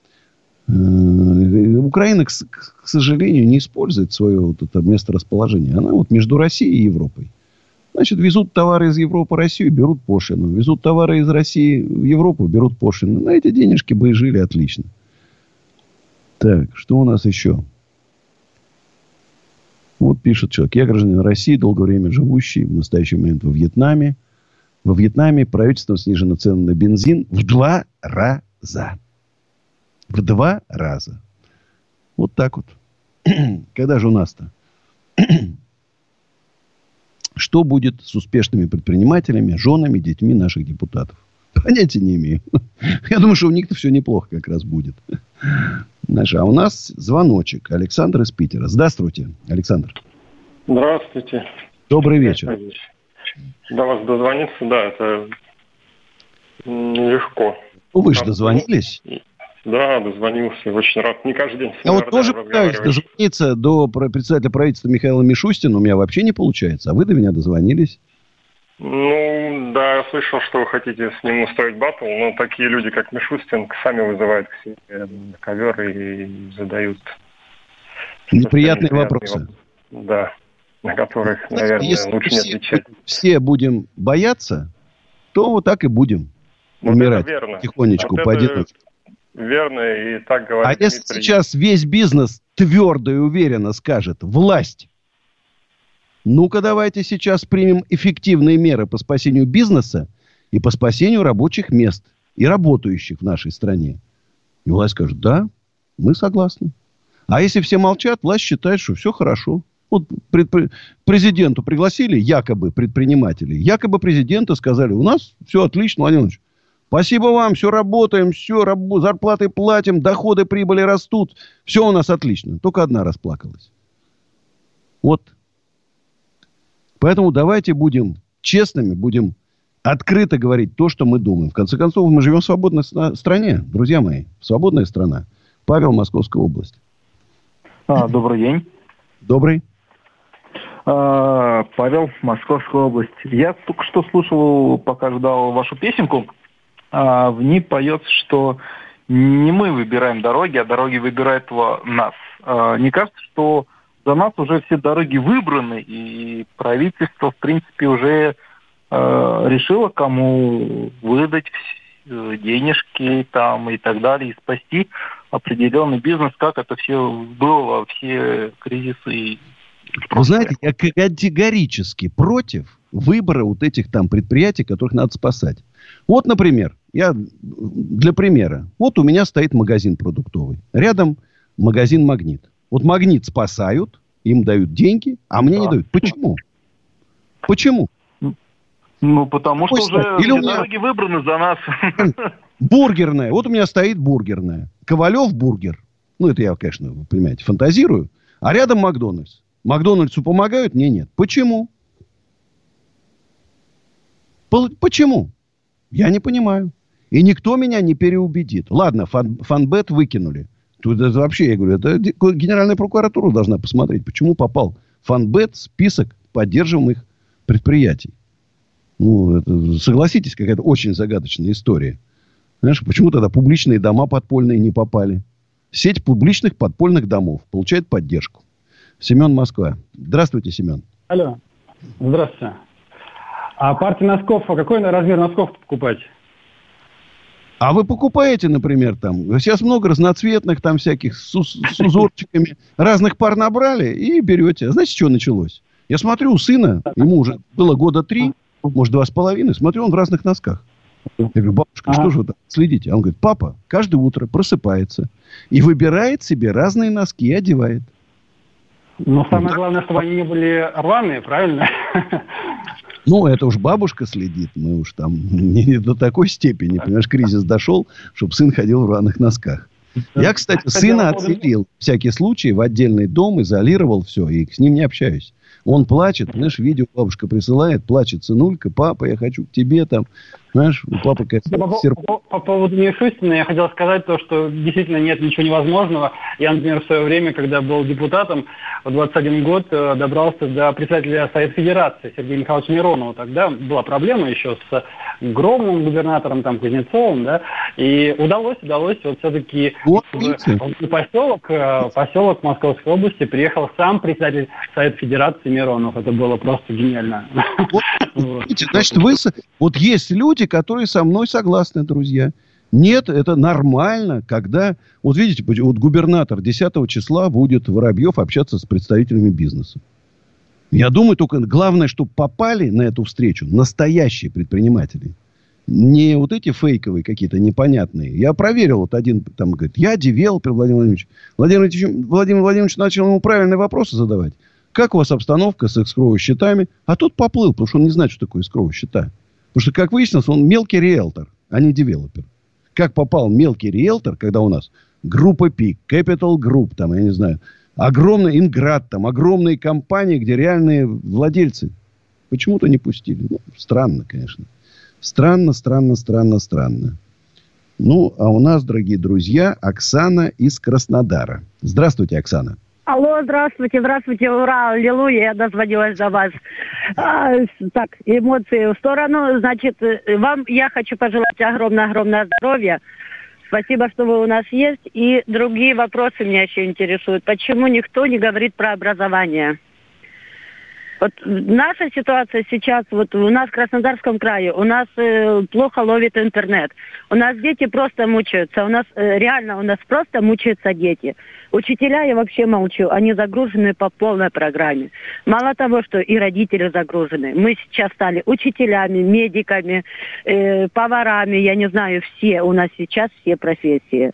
Украина, к сожалению, не использует свое вот это месторасположение. Она вот между Россией и Европой. Значит, везут товары из Европы в Россию, берут пошлину. Везут товары из России в Европу, берут пошлину. На эти денежки бы и жили отлично. Так, что у нас еще? Вот пишет человек. Я гражданин России, долгое время живущий, в настоящий момент во Вьетнаме. Во Вьетнаме правительством снижена цена на бензин в 2 раза. В 2 раза. Вот так вот. Когда же у нас-то? Что будет с успешными предпринимателями, женами, детьми наших депутатов? Понятия не имею. Я думаю, что у них-то все неплохо как раз будет. А у нас звоночек. Александр из Питера. Здравствуйте, Александр. Здравствуйте. Добрый вечер. До вас дозвониться, да, это нелегко. Вы же дозвонились? Да, дозвонился. Очень рад. Не каждый день. Я вот тоже пытаюсь дозвониться до председателя правительства Михаила Мишустина. У меня вообще не получается. А вы до меня дозвонились. Ну, да, я слышал, что вы хотите с ним устроить баттл, но такие люди, как Мишустин, сами вызывают к себе на ковер и задают неприятные вопросы. Да, на которых, наверное, если лучше не отвечать. Все будем бояться, то вот так и будем вот умирать верно. Потихонечку, вот поодиночке. Верно, и так говорит А если сейчас весь бизнес твердо и уверенно скажет: власть, ну-ка давайте сейчас примем эффективные меры по спасению бизнеса и по спасению рабочих мест и работающих в нашей стране. И власть скажет: да, мы согласны. А если все молчат, власть считает, что все хорошо. Вот президенту пригласили якобы предпринимателей. Якобы президенту сказали: у нас все отлично, Владимир Владимирович. Спасибо вам, все работаем, все, зарплаты платим, доходы, прибыли растут. Все у нас отлично. Только одна расплакалась. Вот. Поэтому давайте будем честными, будем открыто говорить то, что мы думаем. В конце концов, мы живем в свободной стране, друзья мои. Свободная страна. Павел, Московская область. Добрый день. Добрый. Павел, Московская область. Я только что слушал, пока ждал вашу песенку. В ней поется, что не мы выбираем дороги, а дороги выбирают нас. Не кажется, что за нас уже все дороги выбраны, и правительство, в принципе, уже решило, кому выдать денежки там и так далее, и спасти определенный бизнес, как это все было во все кризисы. Вы знаете, я категорически против выбора вот этих там предприятий, которых надо спасать. Вот, например, для примера. Вот у меня стоит магазин продуктовый. Рядом магазин «Магнит». Вот «Магнит» спасают, им дают деньги, а мне не дают. Почему? Почему? Ну, потому что уже дороги выбраны за нас. Бургерная. Вот у меня стоит бургерная. Ковалев бургер. Ну, это я, конечно, вы понимаете, фантазирую. А рядом Макдональдс. Макдональдсу помогают? Мне нет. Почему? Почему? Я не понимаю. И никто меня не переубедит. Ладно, Фанбет выкинули. Тут это вообще, я говорю, это Генеральная прокуратура должна посмотреть, почему попал Фанбет в список поддерживаемых предприятий. Ну, это, согласитесь, какая-то очень загадочная история. Знаешь, почему тогда публичные дома подпольные не попали? Сеть публичных подпольных домов получает поддержку. Семен, Москва. Здравствуйте, Семен. Алло. Здравствуйте. А партия носков, а какой размер носков покупать? А вы покупаете, например, там, сейчас много разноцветных, там всяких с узорчиками, разных пар набрали и берете. Знаете, что началось? Я смотрю, у сына, ему уже было 3 года, может, 2,5, смотрю, он в разных носках. Я говорю: бабушка, что же вы так следите? А он говорит: папа каждое утро просыпается и выбирает себе разные носки и одевает. Но самое главное, чтобы они не были рваные, правильно? Ну, это уж бабушка следит. Мы уж там не до такой степени, понимаешь, кризис дошел, чтобы сын ходил в рваных носках. Я, кстати, сына отселил, всякий случай, в отдельный дом, изолировал все, и с ним не общаюсь. Он плачет, знаешь, видео бабушка присылает, плачет: сынулька, папа, я хочу к тебе там. Знаешь, у папы По поводу Мишустина я хотел сказать то, что действительно нет ничего невозможного. Я, например, в свое время, когда был депутатом, в 21 год добрался до председателя Совета Федерации Сергея Михайловича Миронова. Тогда была проблема еще с Громовым, губернатором там, Кузнецовым, да, и удалось вот все-таки в поселок Московской области приехал сам председатель Совета Федерации Миронов. Это было просто гениально. Значит, вот есть люди, которые со мной согласны, друзья. Нет, это нормально, когда... Вот видите, вот губернатор 10 числа будет Воробьев общаться с представителями бизнеса. Я думаю, только главное, чтобы попали на эту встречу настоящие предприниматели. Не вот эти фейковые какие-то непонятные. Я проверил, вот один там говорит, я девелопер, Владимир Владимирович. Владимир Владимирович начал ему правильные вопросы задавать. Как у вас обстановка с эскроу счетами? А тот поплыл, потому что он не знает, что такое эскроу счета. Потому что, как выяснилось, он мелкий риэлтор, а не девелопер. Как попал мелкий риэлтор, когда у нас группа ПИК, Capital Group, там, я не знаю, огромный Инград, там, огромные компании, где реальные владельцы почему-то не пустили. Ну, странно, конечно. Странно. Ну, а у нас, дорогие друзья, Оксана из Краснодара. Здравствуйте, Оксана. Алло, здравствуйте, ура, аллилуйя, я дозвонилась до вас. Так, эмоции в сторону. Значит, вам я хочу пожелать огромное здоровья. Спасибо, что вы у нас есть. И другие вопросы меня еще интересуют. Почему никто не говорит про образование? Вот наша ситуация сейчас, вот у нас в Краснодарском крае, у нас плохо ловит интернет. У нас дети просто мучаются. У нас просто мучаются дети. Учителя, я вообще молчу, они загружены по полной программе. Мало того, что и родители загружены. Мы сейчас стали учителями, медиками, поварами, я не знаю, все. У нас сейчас все профессии.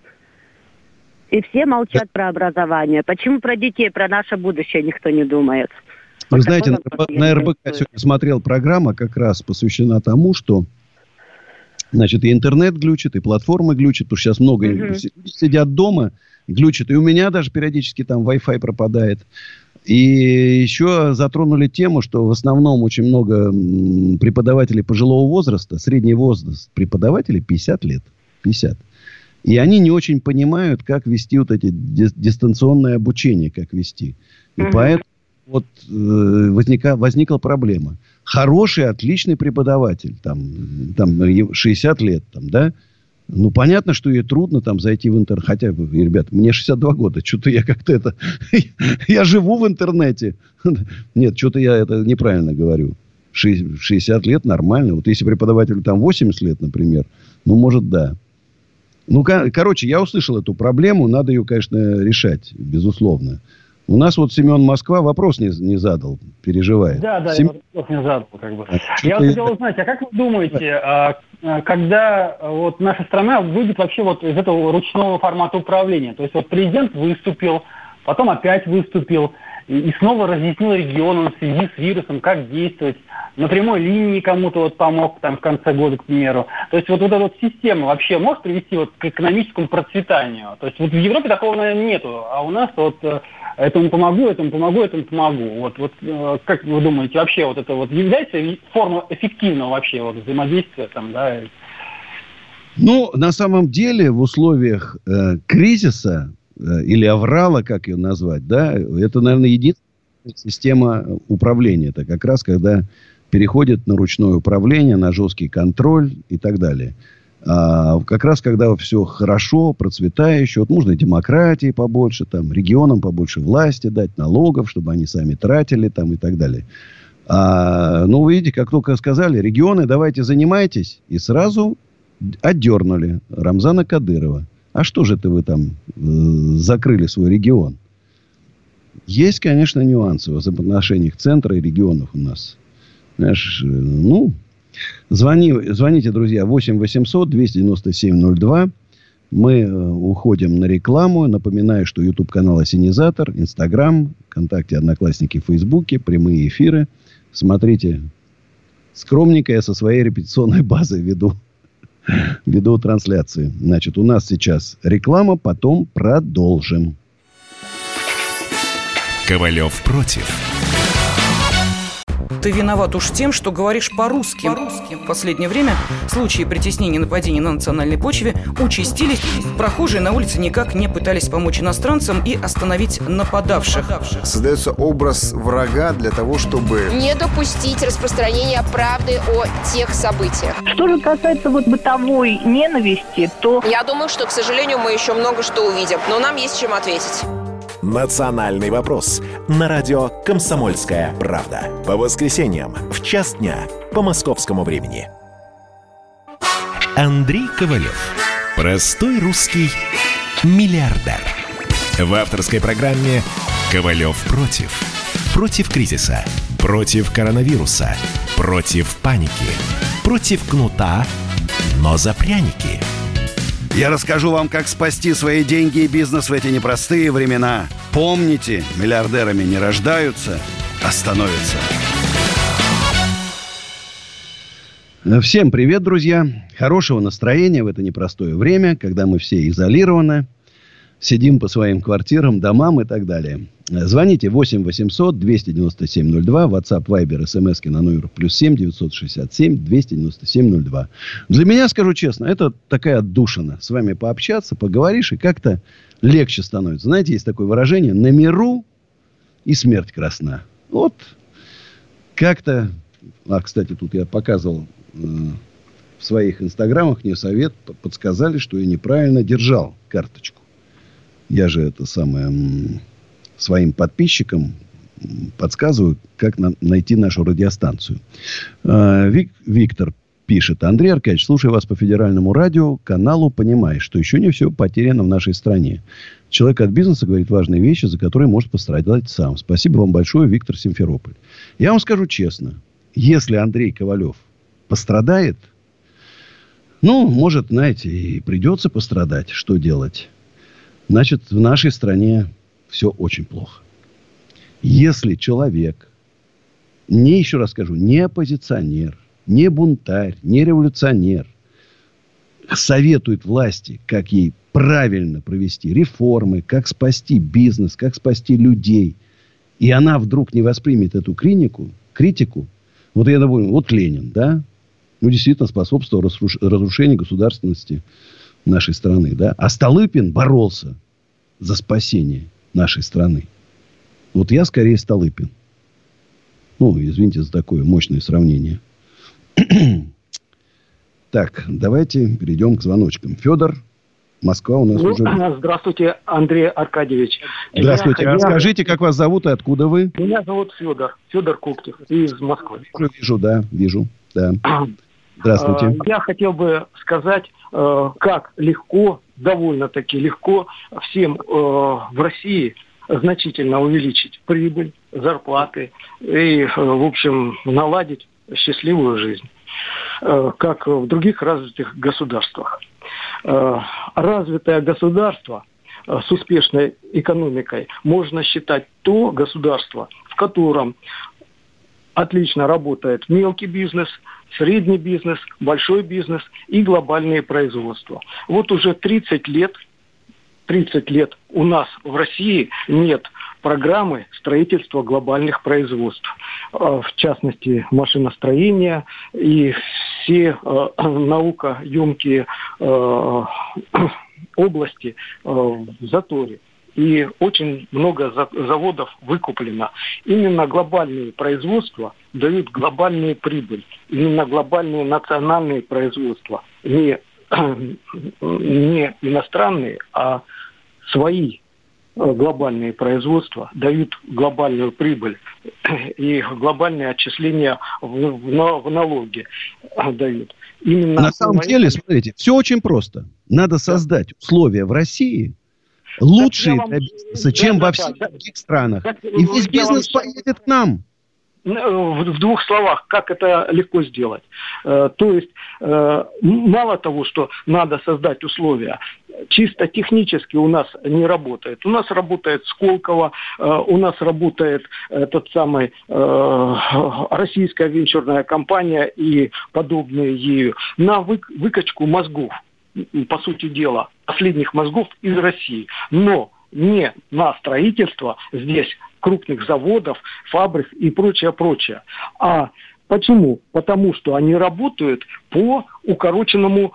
И все молчат про образование. Почему про детей, про наше будущее никто не думает? Вы знаете, на РБК сегодня смотрел программа, как раз посвящена тому, что, значит, и интернет глючит, и платформы глючат, потому что сейчас много люди сидят дома, глючат. И у меня даже периодически там Wi-Fi пропадает. И еще затронули тему, что в основном очень много преподавателей пожилого возраста, средний возраст преподавателей 50 лет. 50. И они не очень понимают, как вести вот эти дистанционное обучение, как вести. И поэтому вот возникла проблема. Хороший, отличный преподаватель, там 60 лет, там, да, ну, понятно, что ей трудно там зайти в интернет. Хотя, ребят, мне 62 года, что-то я как-то это... Я живу в интернете. Нет, что-то я это неправильно говорю. 60 лет нормально. Вот если преподавателю там 80 лет, например, ну, может, да. Ну, короче, я услышал эту проблему, надо ее, конечно, решать, безусловно. У нас вот Семен Москва вопрос не задал, переживает. Да, я вопрос не задал, как бы. Я вот хотел узнать, а как вы думаете, когда вот наша страна выйдет вообще вот из этого ручного формата управления? То есть вот президент выступил, потом опять выступил, и снова разъяснил регионам в связи с вирусом, как действовать. На прямой линии кому-то вот помог там в конце года, к примеру. То есть вот эта вот система вообще может привести вот к экономическому процветанию? То есть вот в Европе такого, наверное, нету, а у нас вот этому помогу. Вот как вы думаете, вообще вот это вот является формой эффективного вообще вот взаимодействия там, да? Ну, на самом деле в условиях кризиса или аврала, как ее назвать, да, это, наверное, единственная система управления. Это как раз когда переходит на ручное управление, на жесткий контроль и так далее. А как раз когда все хорошо, процветающе, вот можно демократии побольше, там, регионам побольше власти дать, налогов, чтобы они сами тратили там, и так далее. Ну, вы видите, как только сказали, регионы, давайте занимайтесь, и сразу отдернули Рамзана Кадырова. А что же это вы там закрыли свой регион? Есть, конечно, нюансы в взаимоотношениях центра и регионов у нас. Знаешь, ну, звоните, друзья, 8 800 297 02. Мы уходим на рекламу. Напоминаю, что YouTube-канал «Осенизатор», Instagram, ВКонтакте, Одноклассники, Фейсбуке, прямые эфиры. Смотрите, скромненько я со своей репетиционной базой веду трансляции. Значит, у нас сейчас реклама, потом продолжим. Ковалев против. Ты виноват уж тем, что говоришь по-русски. В последнее время случаи притеснения и нападений на национальной почве участились. Прохожие на улице никак не пытались помочь иностранцам и остановить нападавших. Создается образ врага для того, чтобы не допустить распространения правды о тех событиях. Что же касается вот бытовой ненависти, то... Я думаю, что, к сожалению, мы еще много что увидим, но нам есть чем ответить. «Национальный вопрос» на радио «Комсомольская правда». По воскресеньям в 1:00 дня по московскому времени. Андрей Ковалев. Простой русский миллиардер. В авторской программе «Ковалев против». Против кризиса, против коронавируса, против паники, против кнута, но за пряники. Я расскажу вам, как спасти свои деньги и бизнес в эти непростые времена. Помните, миллиардерами не рождаются, а становятся. Всем привет, друзья. Хорошего настроения в это непростое время, когда мы все изолированы, сидим по своим квартирам, домам и так далее. Звоните 8 800 297 02, WhatsApp, Viber, смски на номер +7 967 297 02. Для меня, скажу честно, это такая отдушина. С вами пообщаться, поговоришь, и как-то легче становится. Знаете, есть такое выражение: на миру и смерть красна. Вот как-то... кстати, тут я показывал в своих инстаграмах, мне совет подсказали, что я неправильно держал карточку. Я же это самое... своим подписчикам подсказываю, как найти нашу радиостанцию. Виктор пишет: Андрей Аркадьевич, слушаю вас по федеральному радио, каналу, понимаешь, что еще не все потеряно в нашей стране. Человек от бизнеса говорит важные вещи, за которые может пострадать сам. Спасибо вам большое, Виктор, Симферополь. Я вам скажу честно, если Андрей Ковалев пострадает, может, знаете, и придется пострадать. Что делать? Значит, в нашей стране все очень плохо. Если человек, еще раз скажу, не оппозиционер, не бунтарь, не революционер, советует власти, как ей правильно провести реформы, как спасти бизнес, как спасти людей, и она вдруг не воспримет эту критику, вот я доволен, вот Ленин, да, действительно способствовал разрушению государственности нашей страны, да, а Столыпин боролся за спасение нашей страны. Вот я скорее Столыпин. Извините за такое мощное сравнение. Так, давайте перейдем к звоночкам. Федор, Москва у нас уже... Здравствуйте, Андрей Аркадьевич. Здравствуйте. Расскажите, как вас зовут и откуда вы? Меня зовут Федор. Федор Коптев из Москвы. Вижу, да. Здравствуйте. Я хотел бы сказать, как легко, довольно-таки легко всем в России значительно увеличить прибыль, зарплаты и, в общем, наладить счастливую жизнь, как в других развитых государствах. Развитое государство с успешной экономикой можно считать то государство, в котором отлично работает мелкий бизнес, средний бизнес, большой бизнес и глобальные производства. Вот уже 30 лет у нас в России нет программы строительства глобальных производств. В частности, машиностроения и все наукоемкие области в заторе. И очень много заводов выкуплено. Именно глобальные производства дают глобальную прибыль. Именно глобальные национальные производства. Не иностранные, а свои глобальные производства дают глобальную прибыль. И глобальные отчисления в налоги дают. Именно на самом деле, смотрите, все очень просто. Надо создать условия в России, лучшие для бизнеса, чем во всех других странах. И весь бизнес поедет к нам. В двух словах, как это легко сделать. То есть, мало того, что надо создать условия, чисто технически у нас не работает. У нас работает Сколково, у нас работает российская венчурная компания и подобные ею на выкачку мозгов, по сути дела, последних мозгов из России. Но не на строительство здесь крупных заводов, фабрик и прочее. А почему? Потому что они работают по укороченной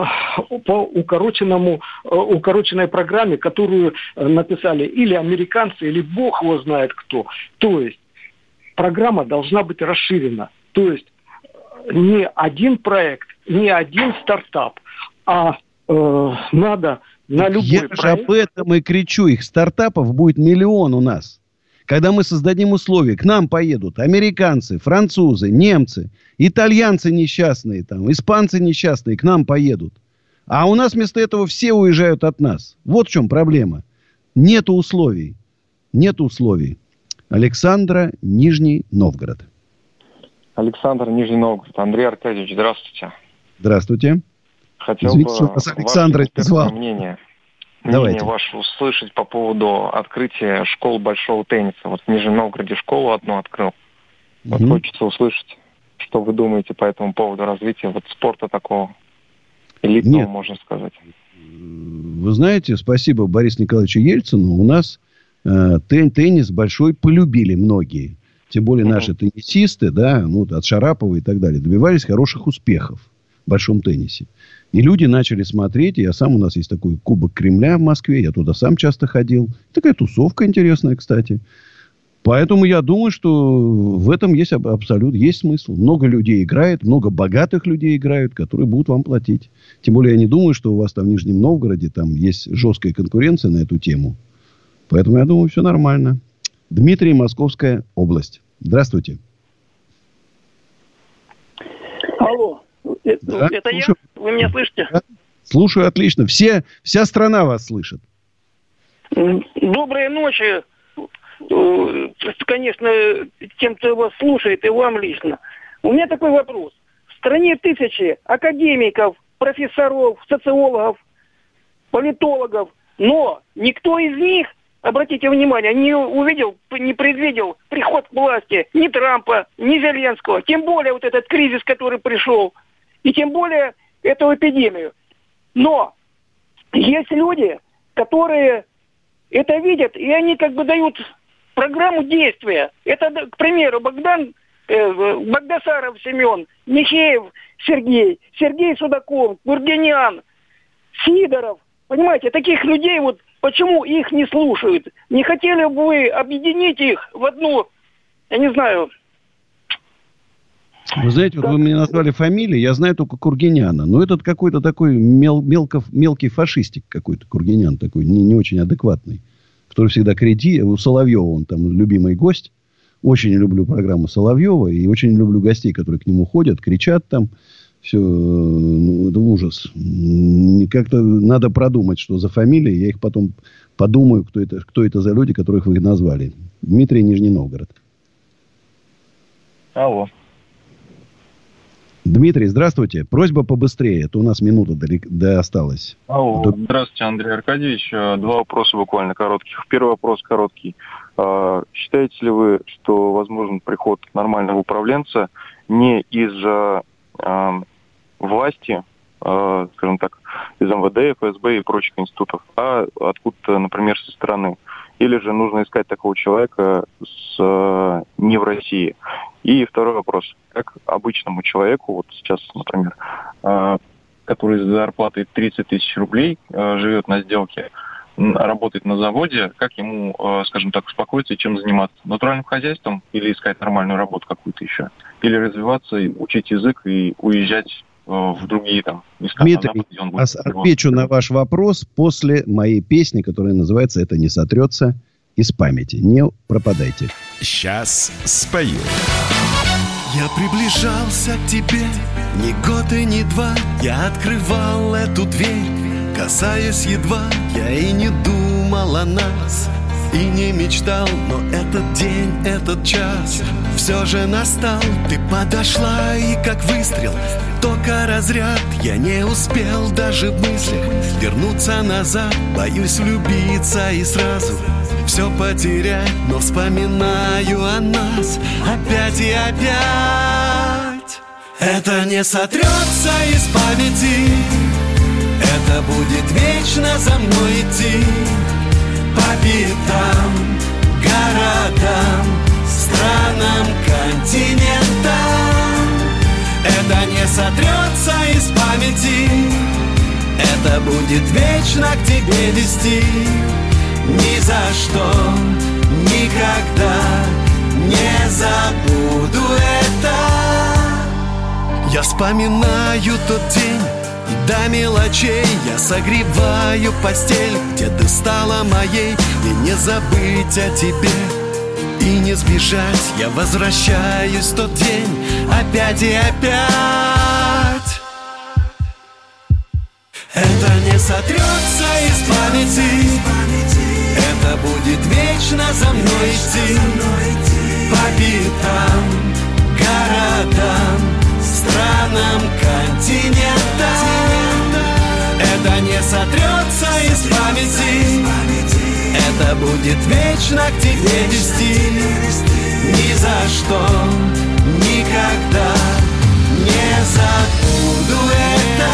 программе, которую написали или американцы, или бог его знает кто. То есть программа должна быть расширена. То есть не один проект, не один стартап, а надо на любой проект... Я же об этом и кричу. Их стартапов будет миллион у нас. Когда мы создадим условия, к нам поедут американцы, французы, немцы, итальянцы несчастные, испанцы несчастные, к нам поедут. А у нас вместо этого все уезжают от нас. Вот в чем проблема. Нету условий. Александра, Нижний Новгород. Александр, Нижний Новгород. Андрей Аркадьевич, здравствуйте. Здравствуйте. Хотел Извините, бы что вас Александра звал. Мнение Давайте. ваше услышать по поводу открытия школ большого тенниса. Вот в Нижнем Новгороде школу одну открыл. Вот хочется услышать, что вы думаете по этому поводу развития вот спорта такого элитного, можно сказать. Вы знаете, спасибо Борису Николаевичу Ельцину. У нас теннис большой полюбили многие. Тем более наши теннисисты, да, ну, от Шарапова и так далее, добивались хороших успехов в большом теннисе. И люди начали смотреть. У нас есть такой Кубок Кремля в Москве. Я туда сам часто ходил. Такая тусовка интересная, кстати. Поэтому я думаю, что в этом есть есть смысл. Много людей играет, много богатых людей играют, которые будут вам платить. Тем более я не думаю, что у вас там в Нижнем Новгороде там есть жесткая конкуренция на эту тему. Поэтому я думаю, все нормально. Дмитрий, Московская область. Здравствуйте. Алло. Да, это слушаю. я? Вы меня слышите? Да. Слушаю отлично. Вся страна вас слышит. Доброй ночи. Конечно, тем, кто вас слушает, и вам лично. У меня такой вопрос. В стране тысячи академиков, профессоров, социологов, политологов, но никто из них, обратите внимание, не предвидел приход к власти ни Трампа, ни Зеленского, тем более вот этот кризис, который пришел, и тем более эту эпидемию. Но есть люди, которые это видят, и они как бы дают программу действия. Это, к примеру, Багдасаров Семен, Михеев Сергей, Сергей Судаков, Гургенян, Сидоров. Понимаете, таких людей вот почему их не слушают? Не хотели бы вы объединить их в одну, я не знаю... Вы знаете, вот вы мне назвали фамилии, я знаю только Кургиняна. Но этот какой-то такой мелкий фашистик какой-то, Кургинян такой, не очень адекватный. Который всегда критикует. У Соловьева он там любимый гость. Очень люблю программу Соловьева. И очень люблю гостей, которые к нему ходят, кричат там. Все, это ужас. Как-то надо продумать, что за фамилии. Я их потом подумаю, кто это за люди, которых вы назвали. Дмитрий, Нижний Новгород. Алло. Дмитрий, здравствуйте. Просьба побыстрее. Это у нас минута осталась. Алло. Здравствуйте, Андрей Аркадьевич. Два вопроса буквально коротких. Первый вопрос короткий. Считаете ли вы, что возможен приход нормального управленца не из-за власти, скажем так, из МВД, ФСБ и прочих институтов, а откуда-то, например, со стороны? Или же нужно искать такого человека не в России? И второй вопрос. Как обычному человеку, вот сейчас, например, который с зарплатой 30 тысяч рублей живет на сделке, работает на заводе, как ему, скажем так, успокоиться и чем заниматься? Натуральным хозяйством или искать нормальную работу какую-то еще? Или развиваться, учить язык и уезжать в другие там места? Дмитрий, отвечу на ваш вопрос после моей песни, которая называется «Это не сотрется из памяти». Не пропадайте. Сейчас спою. Я приближался к тебе ни год и ни два. Я открывал эту дверь, касаясь едва. Я и не думал о нас, и не мечтал. Но этот день, этот час все же настал. Ты подошла и как выстрел, только разряд. Я не успел даже в мыслях вернуться назад. Боюсь влюбиться и сразу все потерять, но вспоминаю о нас опять и опять. Это не сотрется из памяти, это будет вечно за мной идти. По пятам, городам, странам, континентам. Это не сотрется из памяти, это будет вечно к тебе вести. Ни за что, никогда не забуду это. Я вспоминаю тот день до мелочей. Я согреваю постель, где ты стала моей. И не забыть о тебе, и не сбежать. Я возвращаюсь в тот день опять и опять. Это не сотрется из памяти, Это будет вечно за мной идти по пятам, городам, странам, континентам. Это не сотрется из памяти, это будет вечно к тебе вести. Ни за что, никогда не забуду это.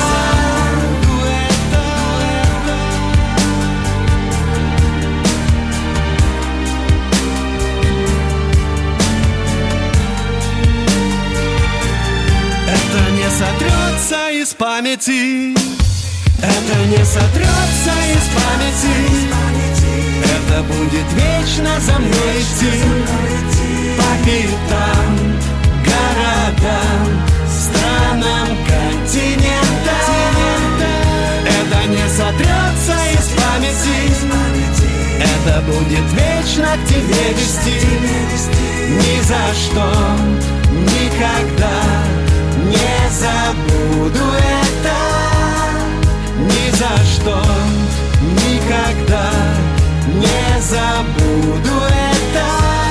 Это не сотрется из памяти, это не сотрется из памяти. Это будет вечно за мной идти по пятам, городам, странам, континентам. Это не сотрется из памяти, это будет вечно к тебе вести. Ни за что, никогда не забуду это. Ни за что, никогда не забуду это.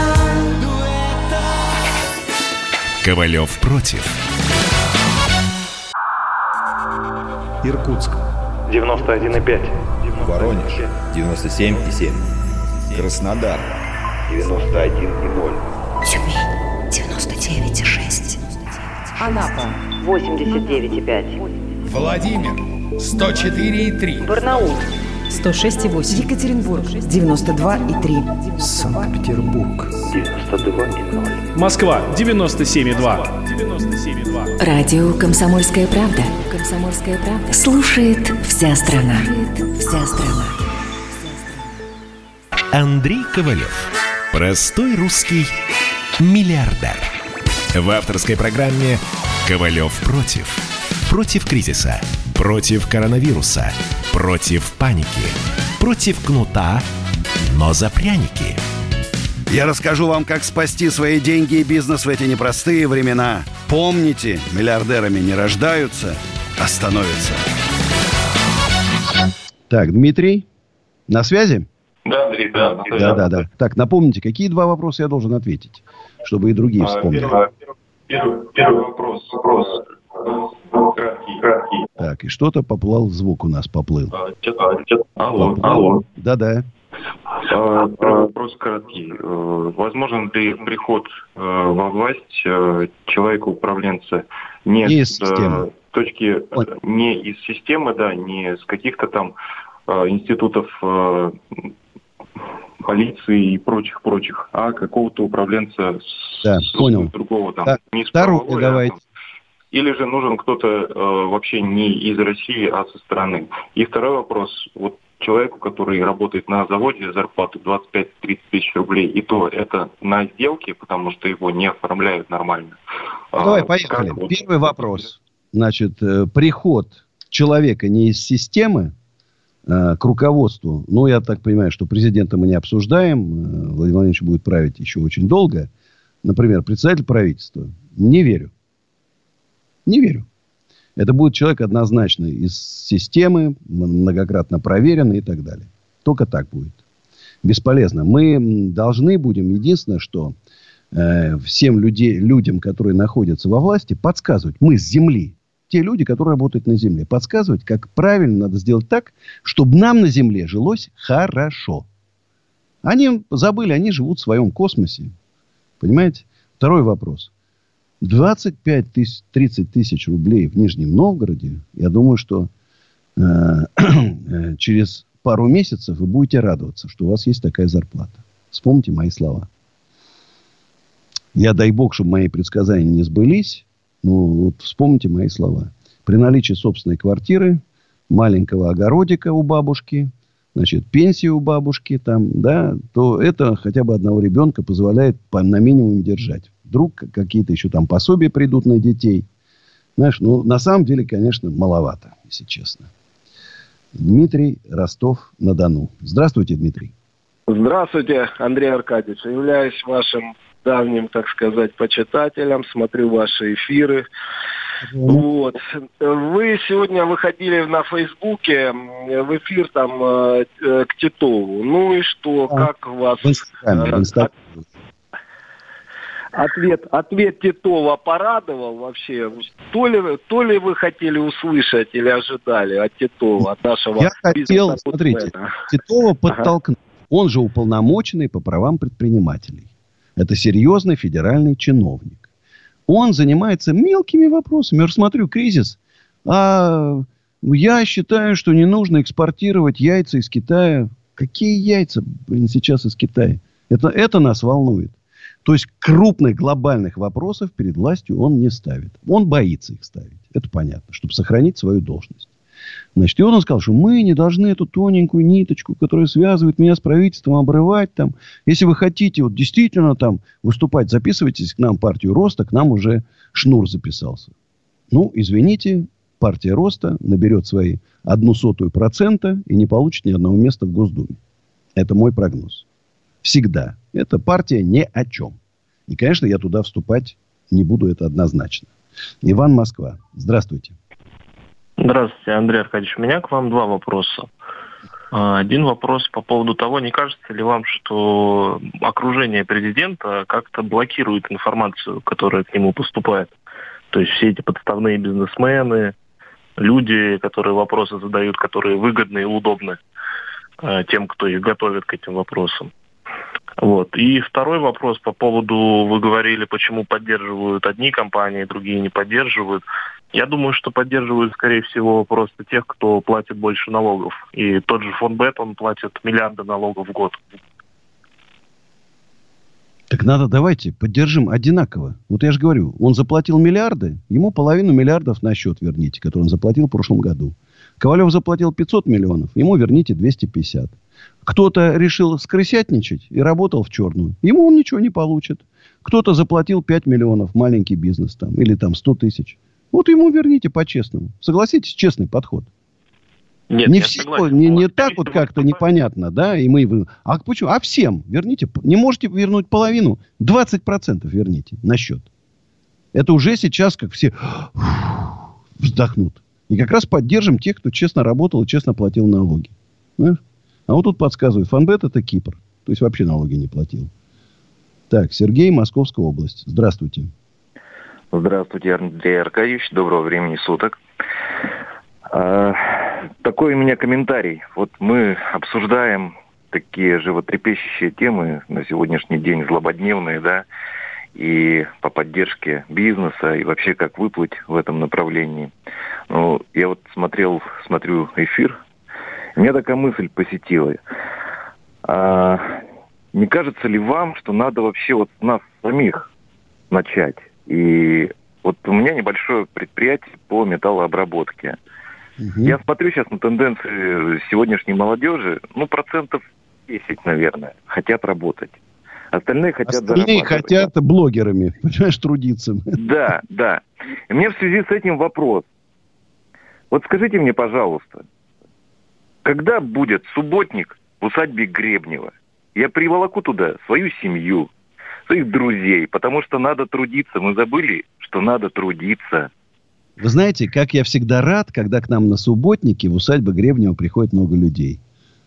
Ковалев против. Иркутск 91,5. Воронеж 97,7. Краснодар 91,0. Тюмень 99,6. Анапа 89,5. Владимир 104,3. Барнаул 106,8. Екатеринбург 92,3. Санкт-Петербург 92,0. Москва 97,2. Радио «Комсомольская правда». «Комсомольская правда». Слушает вся страна. Вся страна. Андрей Ковалев. Простой русский миллиардер. В авторской программе «Ковалев против». Против кризиса, против коронавируса, против паники, против кнута, но за пряники. Я расскажу вам, как спасти свои деньги и бизнес в эти непростые времена. Помните, миллиардерами не рождаются, а становятся. Так, Дмитрий, на связи? Да, Андрей, да. Да. Так, напомните, какие два вопроса я должен ответить, чтобы и другие вспомнили. Первый вопрос. Краткий. Так, и что-то поплыл, звук у нас поплыл. Алло. Да. Первый вопрос краткий. Возможен ли приход во власть человека-управленца не из системы, не из системы, да, не с каких-то там институтов полиции и прочих, а какого-то управленца другого там. Не с правовой, давайте. Или же нужен кто-то вообще не из России, а со стороны. И второй вопрос. Вот человеку, который работает на заводе, зарплату 25-30 тысяч рублей, и то это на сделке, потому что его не оформляют нормально. Давай, поехали. Первый вопрос. Значит, приход человека не из системы к руководству. Ну, я так понимаю, что президента мы не обсуждаем. Владимир Владимирович будет править еще очень долго. Например, председатель правительства. Не верю. Это будет человек однозначно из системы, многократно проверенный и так далее. Только так будет. Бесполезно. Мы должны будем, единственное, что всем людям, которые находятся во власти, подсказывать. Мы с земли. Те люди, которые работают на земле. Подсказывать, как правильно надо сделать так, чтобы нам на земле жилось хорошо. Они забыли, они живут в своем космосе. Понимаете? Второй вопрос. 25 тысяч, 30 тысяч рублей в Нижнем Новгороде, я думаю, что через пару месяцев вы будете радоваться, что у вас есть такая зарплата. Вспомните мои слова. Я, дай бог, чтобы мои предсказания не сбылись. Ну, вот вспомните мои слова. При наличии собственной квартиры, маленького огородика у бабушки, значит, пенсии у бабушки, там, да, то это хотя бы одного ребенка позволяет на минимуме держать. Вдруг какие-то еще там пособия придут на детей. Знаешь, ну, на самом деле, конечно, маловато, если честно. Дмитрий, Ростов-на-Дону. Здравствуйте, Дмитрий. Здравствуйте, Андрей Аркадьевич. Являюсь вашим давним, так сказать, почитателем. Смотрю ваши эфиры. Вот. Вы сегодня выходили на Фейсбуке в эфир там к Титову. Ну и что, как вас... Ответ Титова порадовал вообще? То ли вы хотели услышать или ожидали от Титова, от нашего... Я хотел, смотрите, Титова подтолкнуть. Он же уполномоченный по правам предпринимателей. Это серьезный федеральный чиновник. Он занимается мелкими вопросами. Я смотрю, кризис. А я считаю, что не нужно экспортировать яйца из Китая. Какие яйца, сейчас из Китая? Это нас волнует. То есть крупных глобальных вопросов перед властью он не ставит. Он боится их ставить. Это понятно, чтобы сохранить свою должность. Значит, и он сказал, что мы не должны эту тоненькую ниточку, которая связывает меня с правительством, обрывать там. Если вы хотите вот действительно там выступать, записывайтесь к нам в партию Роста, к нам уже Шнур записался. Ну, извините, партия Роста наберет свои 0,01% и не получит ни одного места в Госдуме. Это мой прогноз. Всегда. Эта партия ни о чем. И, конечно, я туда вступать не буду, это однозначно. Иван, Москва. Здравствуйте. Здравствуйте, Андрей Аркадьевич. У меня к вам два вопроса. Один вопрос по поводу того, не кажется ли вам, что окружение президента как-то блокирует информацию, которая к нему поступает? То есть все эти подставные бизнесмены, люди, которые вопросы задают, которые выгодны и удобны тем, кто их готовит к этим вопросам. Вот. И второй вопрос по поводу, вы говорили, почему поддерживают одни компании, другие не поддерживают. Я думаю, что поддерживают, скорее всего, просто тех, кто платит больше налогов. И тот же Фонбет, он платит миллиарды налогов в год. Так надо, давайте, поддержим одинаково. Вот я же говорю, он заплатил миллиарды, ему половину миллиардов на счет верните, который он заплатил в прошлом году. Ковалев заплатил 500 миллионов, ему верните 250. Кто-то решил скрысятничать и работал в черную. Ему он ничего не получит. Кто-то заплатил 5 миллионов, маленький бизнес там, или там 100 тысяч. Вот ему верните по-честному. Согласитесь, честный подход. Нет, не все, не так вот как-то непонятно, да, и мы... А почему? А всем верните. Не можете вернуть половину, 20% верните на счет. Это уже сейчас как все вздохнут. И как раз поддержим тех, кто честно работал и честно платил налоги. Знаешь? А вот тут подсказывают, Фонбет это Кипр. То есть вообще налоги не платил. Так, Сергей, Московская область. Здравствуйте. Здравствуйте, Андрей Аркадьевич. Доброго времени суток. Такой у меня комментарий. Вот мы обсуждаем такие животрепещущие темы на сегодняшний день, злободневные, да, и по поддержке бизнеса, и вообще как выплыть в этом направлении. Ну, я вот смотрю эфир, меня такая мысль посетила. Не кажется ли вам, что надо вообще вот с нас самих начать? И вот у меня небольшое предприятие по металлообработке. Я смотрю сейчас на тенденции сегодняшней молодежи, 10%, наверное, хотят работать. Остальные хотят зарабатывать. Остальные хотят блогерами, понимаешь, трудиться. Да, да. И у меня в связи с этим вопрос. Вот скажите мне, пожалуйста, когда будет субботник в усадьбе Гребнева? Я приволоку туда свою семью, своих друзей, потому что надо трудиться. Мы забыли, что надо трудиться. Вы знаете, как я всегда рад, когда к нам на субботнике в усадьбе Гребнева приходит много людей.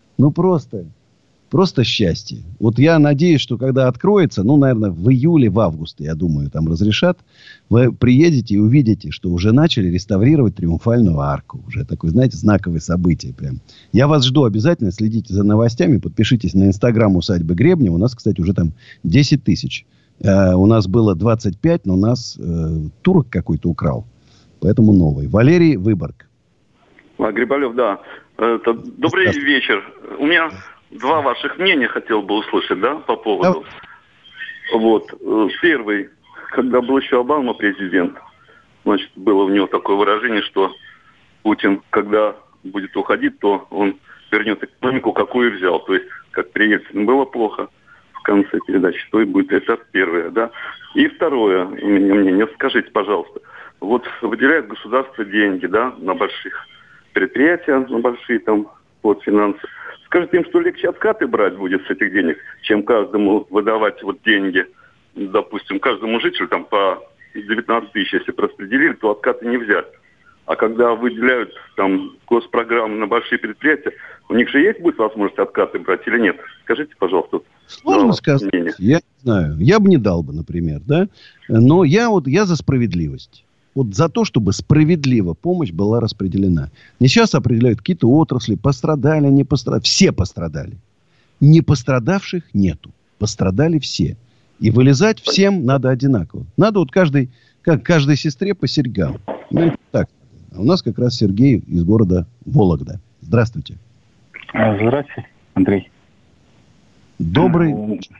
Просто счастье. Вот я надеюсь, что когда откроется, наверное, в июле, в августе, я думаю, там разрешат, вы приедете и увидите, что уже начали реставрировать Триумфальную арку. Уже такое, знаете, знаковое событие прям. Я вас жду обязательно, следите за новостями, подпишитесь на Инстаграм усадьбы Гребнева. У нас, кстати, уже там 10 тысяч. У нас было 25, но нас турок какой-то украл. Поэтому новый. Валерий, Выборг. Грибалев, да. Добрый вечер. У меня два ваших мнения хотел бы услышать, да, по поводу. Вот. Первый, когда был еще Обама президент, значит, было у него такое выражение, что Путин, когда будет уходить, то он вернет экономику, какую взял. То есть, как при Ельцине было плохо в конце передачи, то и будет. Это первое, да. И второе у меня мнение. Скажите, пожалуйста, вот выделяет государство деньги, да, на больших предприятия, на большие там вот финансы. Скажите им, что легче откаты брать будет с этих денег, чем каждому выдавать вот деньги, допустим, каждому жителю там по 19 тысяч, если бы распределили, то откаты не взять. А когда выделяют там госпрограммы на большие предприятия, у них же есть будет возможность откаты брать или нет? Скажите, пожалуйста. Сложно сказать. Я не знаю. Я бы не дал бы, например, да. Но я за справедливость. Вот за то, чтобы справедливо помощь была распределена. Не сейчас определяют какие-то отрасли, пострадали, не пострадали. Все пострадали. Не пострадавших нету. Пострадали все. И вылезать всем надо одинаково. Надо вот каждой сестре по серьгам. Ну, так. А у нас как раз Сергей из города Вологда. Здравствуйте. Здравствуйте, Андрей. Добрый.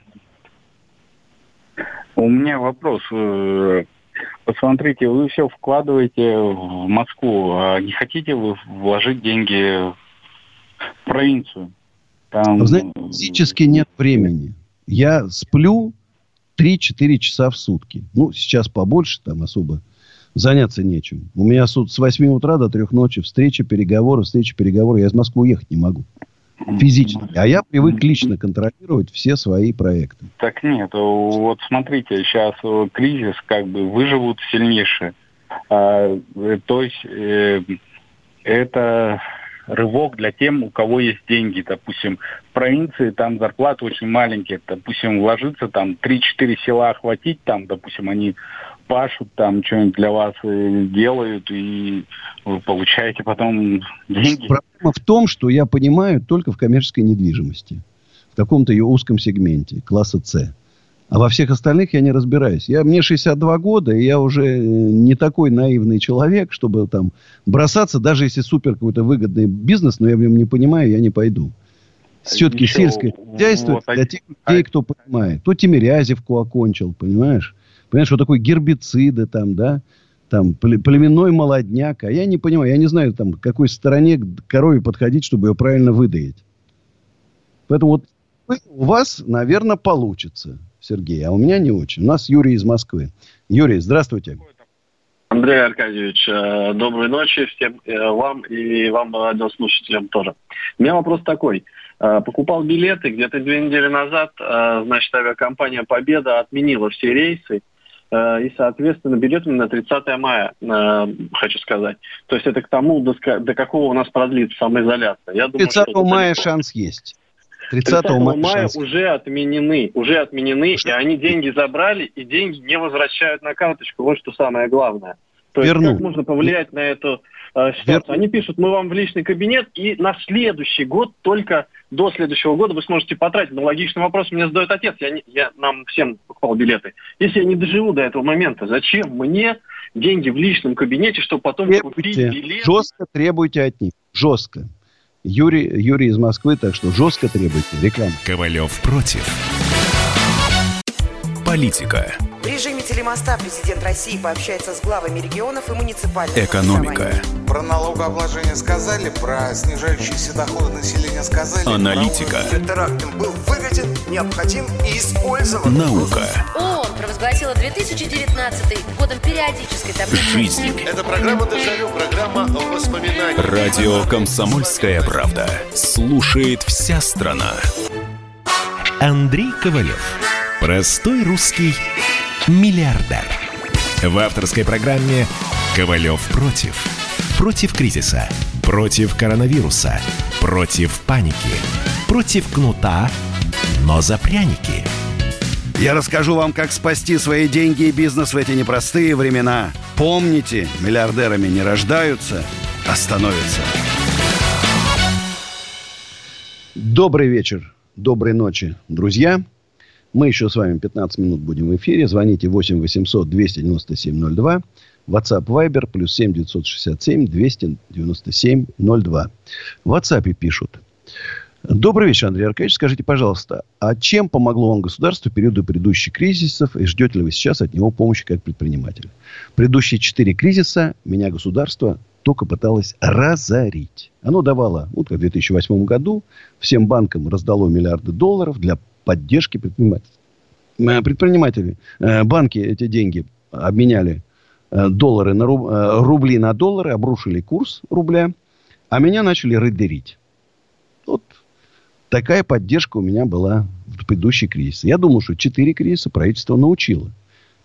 У меня вопрос. Посмотрите, вы все вкладываете в Москву, а не хотите вы вложить деньги в провинцию? Там... Вы знаете, физически нет времени. Я сплю 3-4 часа в сутки. Ну, сейчас побольше, там особо заняться нечем. У меня с 8 утра до 3 ночи встречи, переговоры. Я из Москвы уехать не могу. Физически. А я привык лично контролировать все свои проекты. Так нет, вот смотрите, сейчас кризис, как бы выживут сильнейшие. То есть это рывок для тем, у кого есть деньги. Допустим, в провинции там зарплаты очень маленькие. Допустим, вложиться там 3-4 села охватить, там, допустим, они пашут, там что-нибудь для вас делают, и вы получаете потом деньги. Проблема в том, что я понимаю только в коммерческой недвижимости. В каком-то ее узком сегменте, класса С. А во всех остальных я не разбираюсь. Мне 62 года, и я уже не такой наивный человек, чтобы там бросаться, даже если супер какой-то выгодный бизнес, но я в нем не понимаю, я не пойду. Все-таки сельское хозяйство вот, для тех людей, кто понимает. Кто Тимирязевку окончил, понимаешь? Понимаешь, что такое гербициды там, да? Там племенной молодняк. А я не понимаю, я не знаю, там, к какой стороне к корове подходить, чтобы ее правильно выдоить. Поэтому вот у вас, наверное, получится, Сергей, а у меня не очень. У нас Юрий из Москвы. Юрий, здравствуйте. Андрей Аркадьевич, доброй ночи всем вам и вам, радиослушателям, тоже. У меня вопрос такой. Покупал билеты где-то 2 недели назад, значит, авиакомпания «Победа» отменила все рейсы, и, соответственно, билеты на 30 мая, хочу сказать. То есть это к тому, до какого у нас продлится самоизоляция. Я думаю, 30 мая шанс есть. 30 мая уже отменены, и они деньги забрали, и деньги не возвращают на карточку. Вот что самое главное. То есть как можно повлиять на эту ситуацию? Они пишут, мы вам в личный кабинет, и на следующий год, только до следующего года вы сможете потратить. Но логичный вопрос мне задает отец, я нам всем покупал билеты. Если я не доживу до этого момента, зачем мне деньги в личном кабинете, чтобы потом купить билет? Жестко требуйте от них, жестко. Юрий из Москвы, так что жестко требуйте. Реклама. Ковалев против. Политика. В режиме телемоста президент России пообщается с главами регионов и муниципальных. Экономика. Про налогообложение сказали, про снижающиеся доходы населения сказали. Аналитика. Теракт был выгоден, необходим и использован. Наука. ООН провозгласила 2019 годом периодической таблицы. Жизнь. Это программа «Дежавю», программа воспоминаний. Радио «Комсомольская правда». Слушает вся страна. Андрей Ковалев. Простой русский миллиардер. В авторской программе «Ковалев против». Против кризиса, против коронавируса, против паники, против кнута, но за пряники. Я расскажу вам, как спасти свои деньги и бизнес в эти непростые времена. Помните, миллиардерами не рождаются, а становятся. Добрый вечер, доброй ночи, друзья. Мы еще с вами 15 минут будем в эфире. Звоните 8 800 297 02. WhatsApp Viber +7 967 297 02. В WhatsApp пишут. Добрый вечер, Андрей Аркадьевич. Скажите, пожалуйста, а чем помогло вам государство в периоды предыдущих кризисов? И ждете ли вы сейчас от него помощи как предприниматель? Предыдущие 4 кризиса меня государство только пыталось разорить. Оно давало, вот как в 2008 году, всем банкам раздало миллиарды долларов для поддержки предпринимателей. Банки эти деньги обменяли доллары на рубли на доллары, обрушили курс рубля, а меня начали рейдерить. Вот такая поддержка у меня была в предыдущий кризис. Я думаю, что 4 кризиса правительство научило.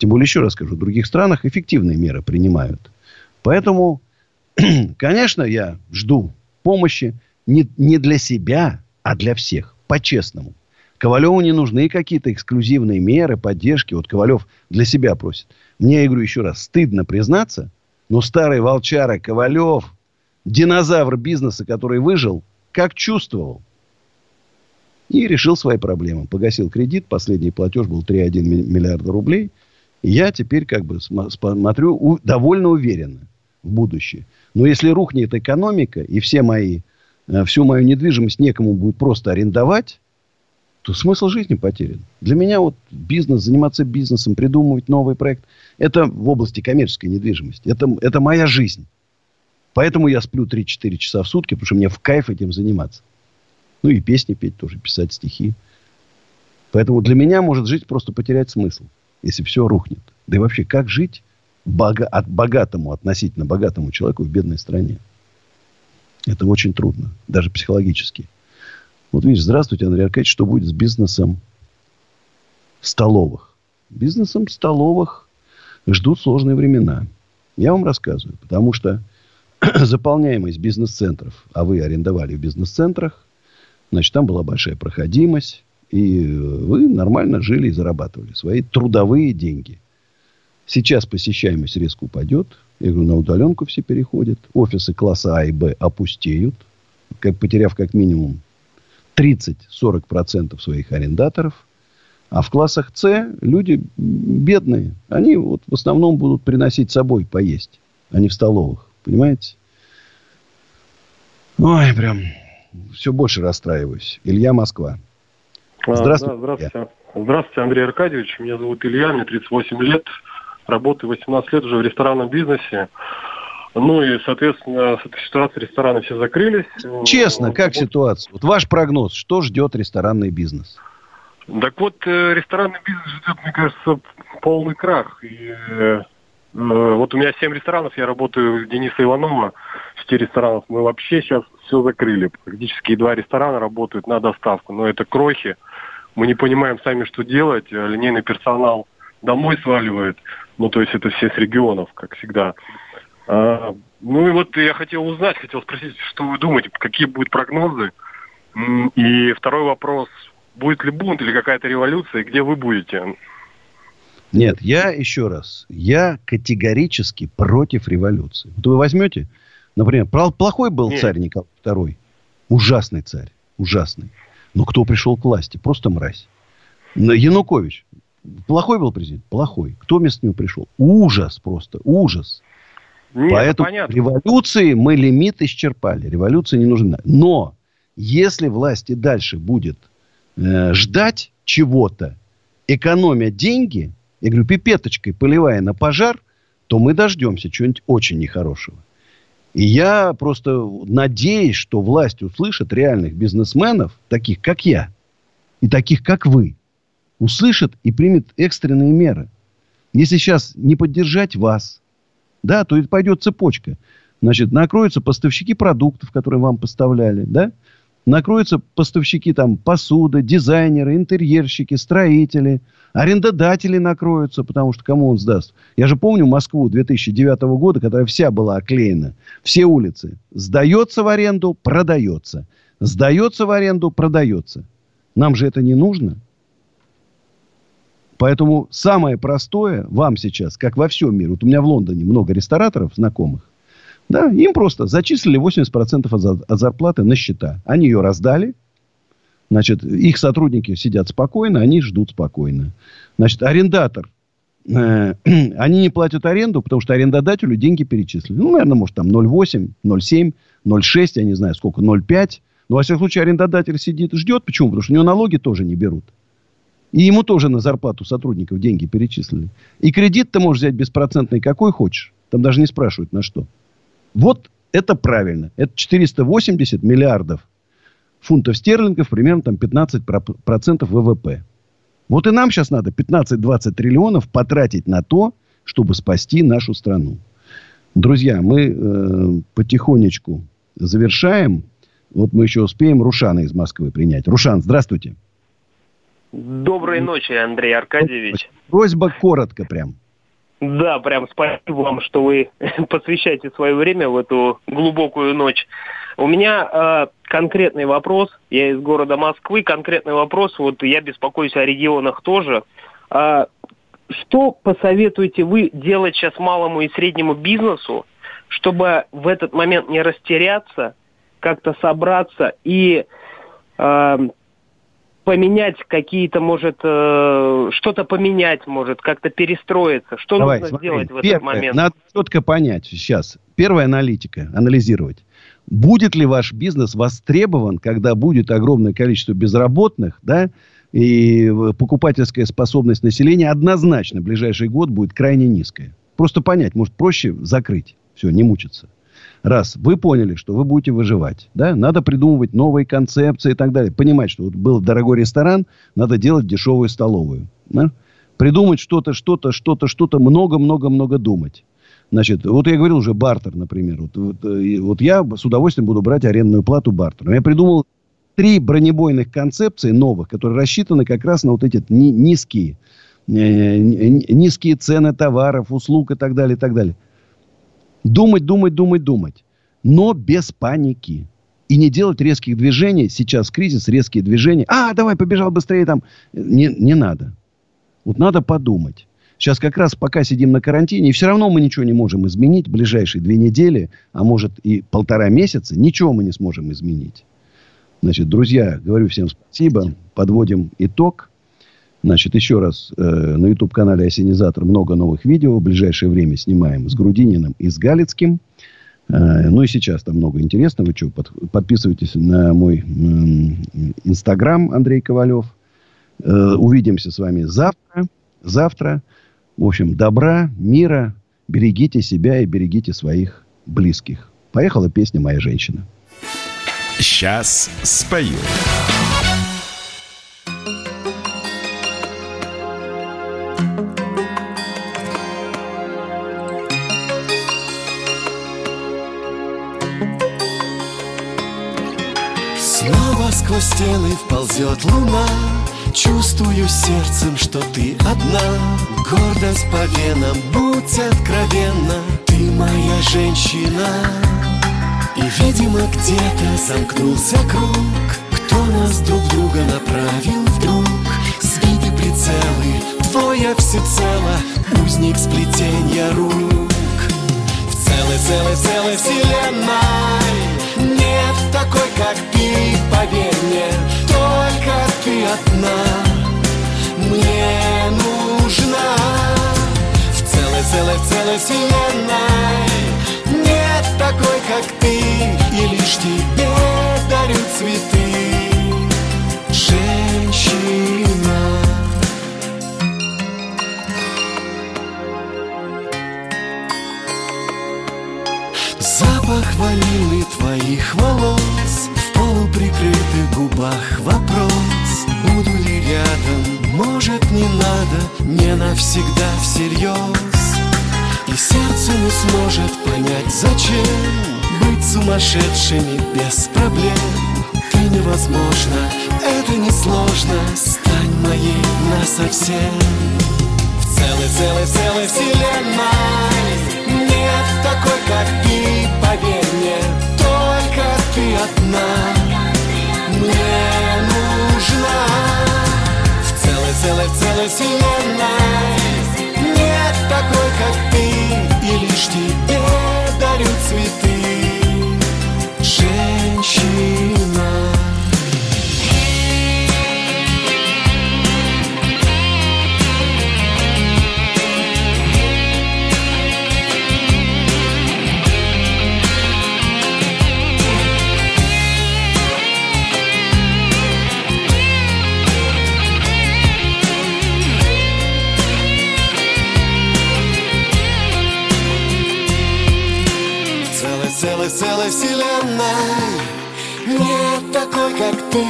Тем более, еще раз скажу, в других странах эффективные меры принимают. Поэтому, конечно, я жду помощи не для себя, а для всех. По-честному. Ковалеву не нужны какие-то эксклюзивные меры, поддержки. Вот Ковалев для себя просит. Мне, я говорю еще раз, стыдно признаться, но старый волчара Ковалев, динозавр бизнеса, который выжил, как чувствовал. И решил свои проблемы. Погасил кредит. Последний платеж был 3,1 миллиарда рублей. И я теперь как бы смотрю довольно уверенно в будущее. Но если рухнет экономика, и всю мою недвижимость некому будет просто арендовать, то смысл жизни потерян. Для меня вот бизнес, заниматься бизнесом, придумывать новый проект, это в области коммерческой недвижимости. Это моя жизнь. Поэтому я сплю 3-4 часа в сутки, потому что мне в кайф этим заниматься. Ну и песни петь тоже, писать стихи. Поэтому для меня может жить просто потерять смысл, если все рухнет. Да и вообще, как жить относительно богатому человеку в бедной стране? Это очень трудно, даже психологически. Вот видишь, здравствуйте, Андрей Аркадьевич, что будет с бизнесом столовых? Бизнесом столовых ждут сложные времена. Я вам рассказываю, потому что заполняемость бизнес-центров, а вы арендовали в бизнес-центрах, значит, там была большая проходимость, и вы нормально жили и зарабатывали свои трудовые деньги. Сейчас посещаемость резко упадет. Я говорю, на удаленку все переходят. Офисы класса А и Б опустеют, потеряв как минимум 30-40% своих арендаторов. А в классах С люди бедные. Они вот в основном будут приносить с собой поесть, а не в столовых. Понимаете? Ой, прям все больше расстраиваюсь. Илья, Москва. Здравствуйте. Здравствуйте, Андрей Аркадьевич. Меня зовут Илья, мне 38 лет. Работаю 18 лет уже в ресторанном бизнесе. Ну и, соответственно, с этой ситуацией рестораны все закрылись. Честно, как ситуация? Вот ваш прогноз, что ждет ресторанный бизнес? Так вот, ресторанный бизнес ждет, мне кажется, полный крах. И, вот у меня 7 ресторанов, я работаю в Дениса Иванова, 6 ресторанов. Мы вообще сейчас все закрыли. Практически 2 ресторана работают на доставку. Но это крохи. Мы не понимаем сами, что делать. Линейный персонал домой сваливает. Ну, то есть это все с регионов, как всегда. Ну и вот я хотел спросить, что вы думаете, какие будут прогнозы? И второй вопрос, будет ли бунт или какая-то революция, и где вы будете? Нет, я категорически против революции. Вот вы возьмете, например, плохой был царь Николай II, ужасный царь, ужасный. Но кто пришел к власти? Просто мразь. Янукович, плохой был президент? Плохой. Кто вместо него пришел? Ужас просто, ужас. Нет, поэтому революции мы лимит исчерпали. Революция не нужна. Но если власть и дальше будет ждать чего-то, экономя деньги, я говорю, пипеточкой поливая на пожар, то мы дождемся чего-нибудь очень нехорошего. И я просто надеюсь, что власть услышит реальных бизнесменов, таких как я, и таких как вы, услышит и примет экстренные меры. Если сейчас не поддержать вас, да, то это пойдет цепочка. Значит, накроются поставщики продуктов, которые вам поставляли, да? Накроются поставщики там посуды, дизайнеры, интерьерщики, строители, арендодатели накроются, потому что кому он сдаст? Я же помню Москву 2009 года, которая вся была оклеена. Все улицы. Сдается в аренду, продается. Сдается в аренду, продается. Нам же это не нужно. Поэтому самое простое вам сейчас, как во всем мире. Вот у меня в Лондоне много рестораторов знакомых. Да, им просто зачислили 80% от зарплаты на счета. Они ее раздали. Значит, их сотрудники сидят спокойно, они ждут спокойно. Значит, арендатор. Они не платят аренду, потому что арендодателю деньги перечислили. Ну, наверное, может, там 0,8, 0,7, 0,6, я не знаю, сколько, 0,5. Но, во всяком случае, арендодатель сидит и ждет. Почему? Потому что у него налоги тоже не берут. И ему тоже на зарплату сотрудников деньги перечислили. И кредит ты можешь взять беспроцентный, какой хочешь. Там даже не спрашивают, на что. Вот это правильно. Это 480 миллиардов фунтов стерлингов, примерно там 15% ВВП. Вот и нам сейчас надо 15-20 триллионов потратить на то, чтобы спасти нашу страну. Друзья, мы потихонечку завершаем. Вот мы еще успеем Рушана из Москвы принять. Рушан, здравствуйте. Доброй ночи, Андрей Аркадьевич. Просьба коротко прям. Да, прям спасибо вам, что вы посвящаете свое время в эту глубокую ночь. У меня конкретный вопрос. Я из города Москвы. Конкретный вопрос. Вот я беспокоюсь о регионах тоже. Что посоветуете вы делать сейчас малому и среднему бизнесу, чтобы в этот момент не растеряться, как-то собраться и поменять какие-то, может, что-то поменять, может, как-то перестроиться? Что нужно сделать в этот момент? Надо четко понять сейчас. Первая аналитика, анализировать. Будет ли ваш бизнес востребован, когда будет огромное количество безработных, да, и покупательская способность населения однозначно в ближайший год будет крайне низкая. Просто понять, может, проще закрыть. Все, не мучиться. Раз вы поняли, что вы будете выживать, да, надо придумывать новые концепции и так далее. Понимать, что вот был дорогой ресторан, надо делать дешевую столовую. Да? Придумать что-то, много-много-много думать. Значит, вот я говорил уже бартер, например. Вот я с удовольствием буду брать арендную плату бартером. Я придумал 3 бронебойных концепции новых, которые рассчитаны как раз на вот эти низкие цены товаров, услуг и так далее, и так далее. Думать. Но без паники. И не делать резких движений. Сейчас кризис, резкие движения. Давай, побежал быстрее там. Не надо. Вот надо подумать. Сейчас как раз пока сидим на карантине, и все равно мы ничего не можем изменить. В ближайшие 2 недели, а может и 1,5 месяца, ничего мы не сможем изменить. Значит, друзья, говорю всем спасибо. Подводим итог. Значит, еще раз, на YouTube-канале «Осенизатор» много новых видео. В ближайшее время снимаем с Грудининым и с Галицким. Ну и сейчас там много интересного. Вы что, подписывайтесь на мой Инстаграм Андрей Ковалев. Увидимся с вами завтра. В общем, добра, мира. Берегите себя и берегите своих близких. Поехала песня «Моя женщина». Сейчас спою. Снова сквозь стены вползет луна. Чувствую сердцем, что ты одна. Гордость по венам, будь откровенна. Ты моя женщина. И, видимо, где-то замкнулся круг. Кто нас друг друга направил вдруг? Сбиты прицелы, твоя всецело. Узник сплетенья рук. В целой вселенной нет такой, как ты, поверь мне. Только ты одна мне нужна. В целой вселенной нет такой, как ты, и лишь тебе дарю цветы, женщина. Запах ванили твоих волос, в полуприкрытых губах вопрос: буду ли рядом, может не надо, не навсегда всерьез. И сердце не сможет понять, зачем быть сумасшедшими без проблем. Ты невозможно, это несложно, стань моей насовсем. В целой вселенной нет такой, как ты, поверь мне. Только ты одна мне нужна. В целой вселенной нет такой, как ты, и лишь тебе дарю цветы, женщина. Целой вселенной нет такой, как ты,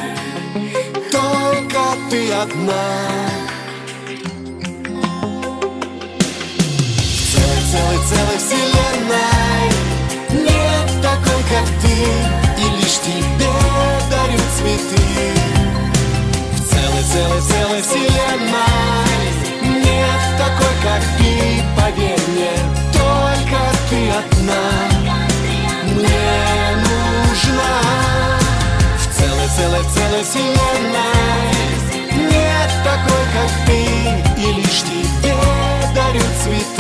только ты одна. В целой вселенной нет такой, как ты, и лишь тебе дарю цветы. В целой одна мне нужна. В целой вселенной нет такой, как ты, и лишь тебе дарю цветы.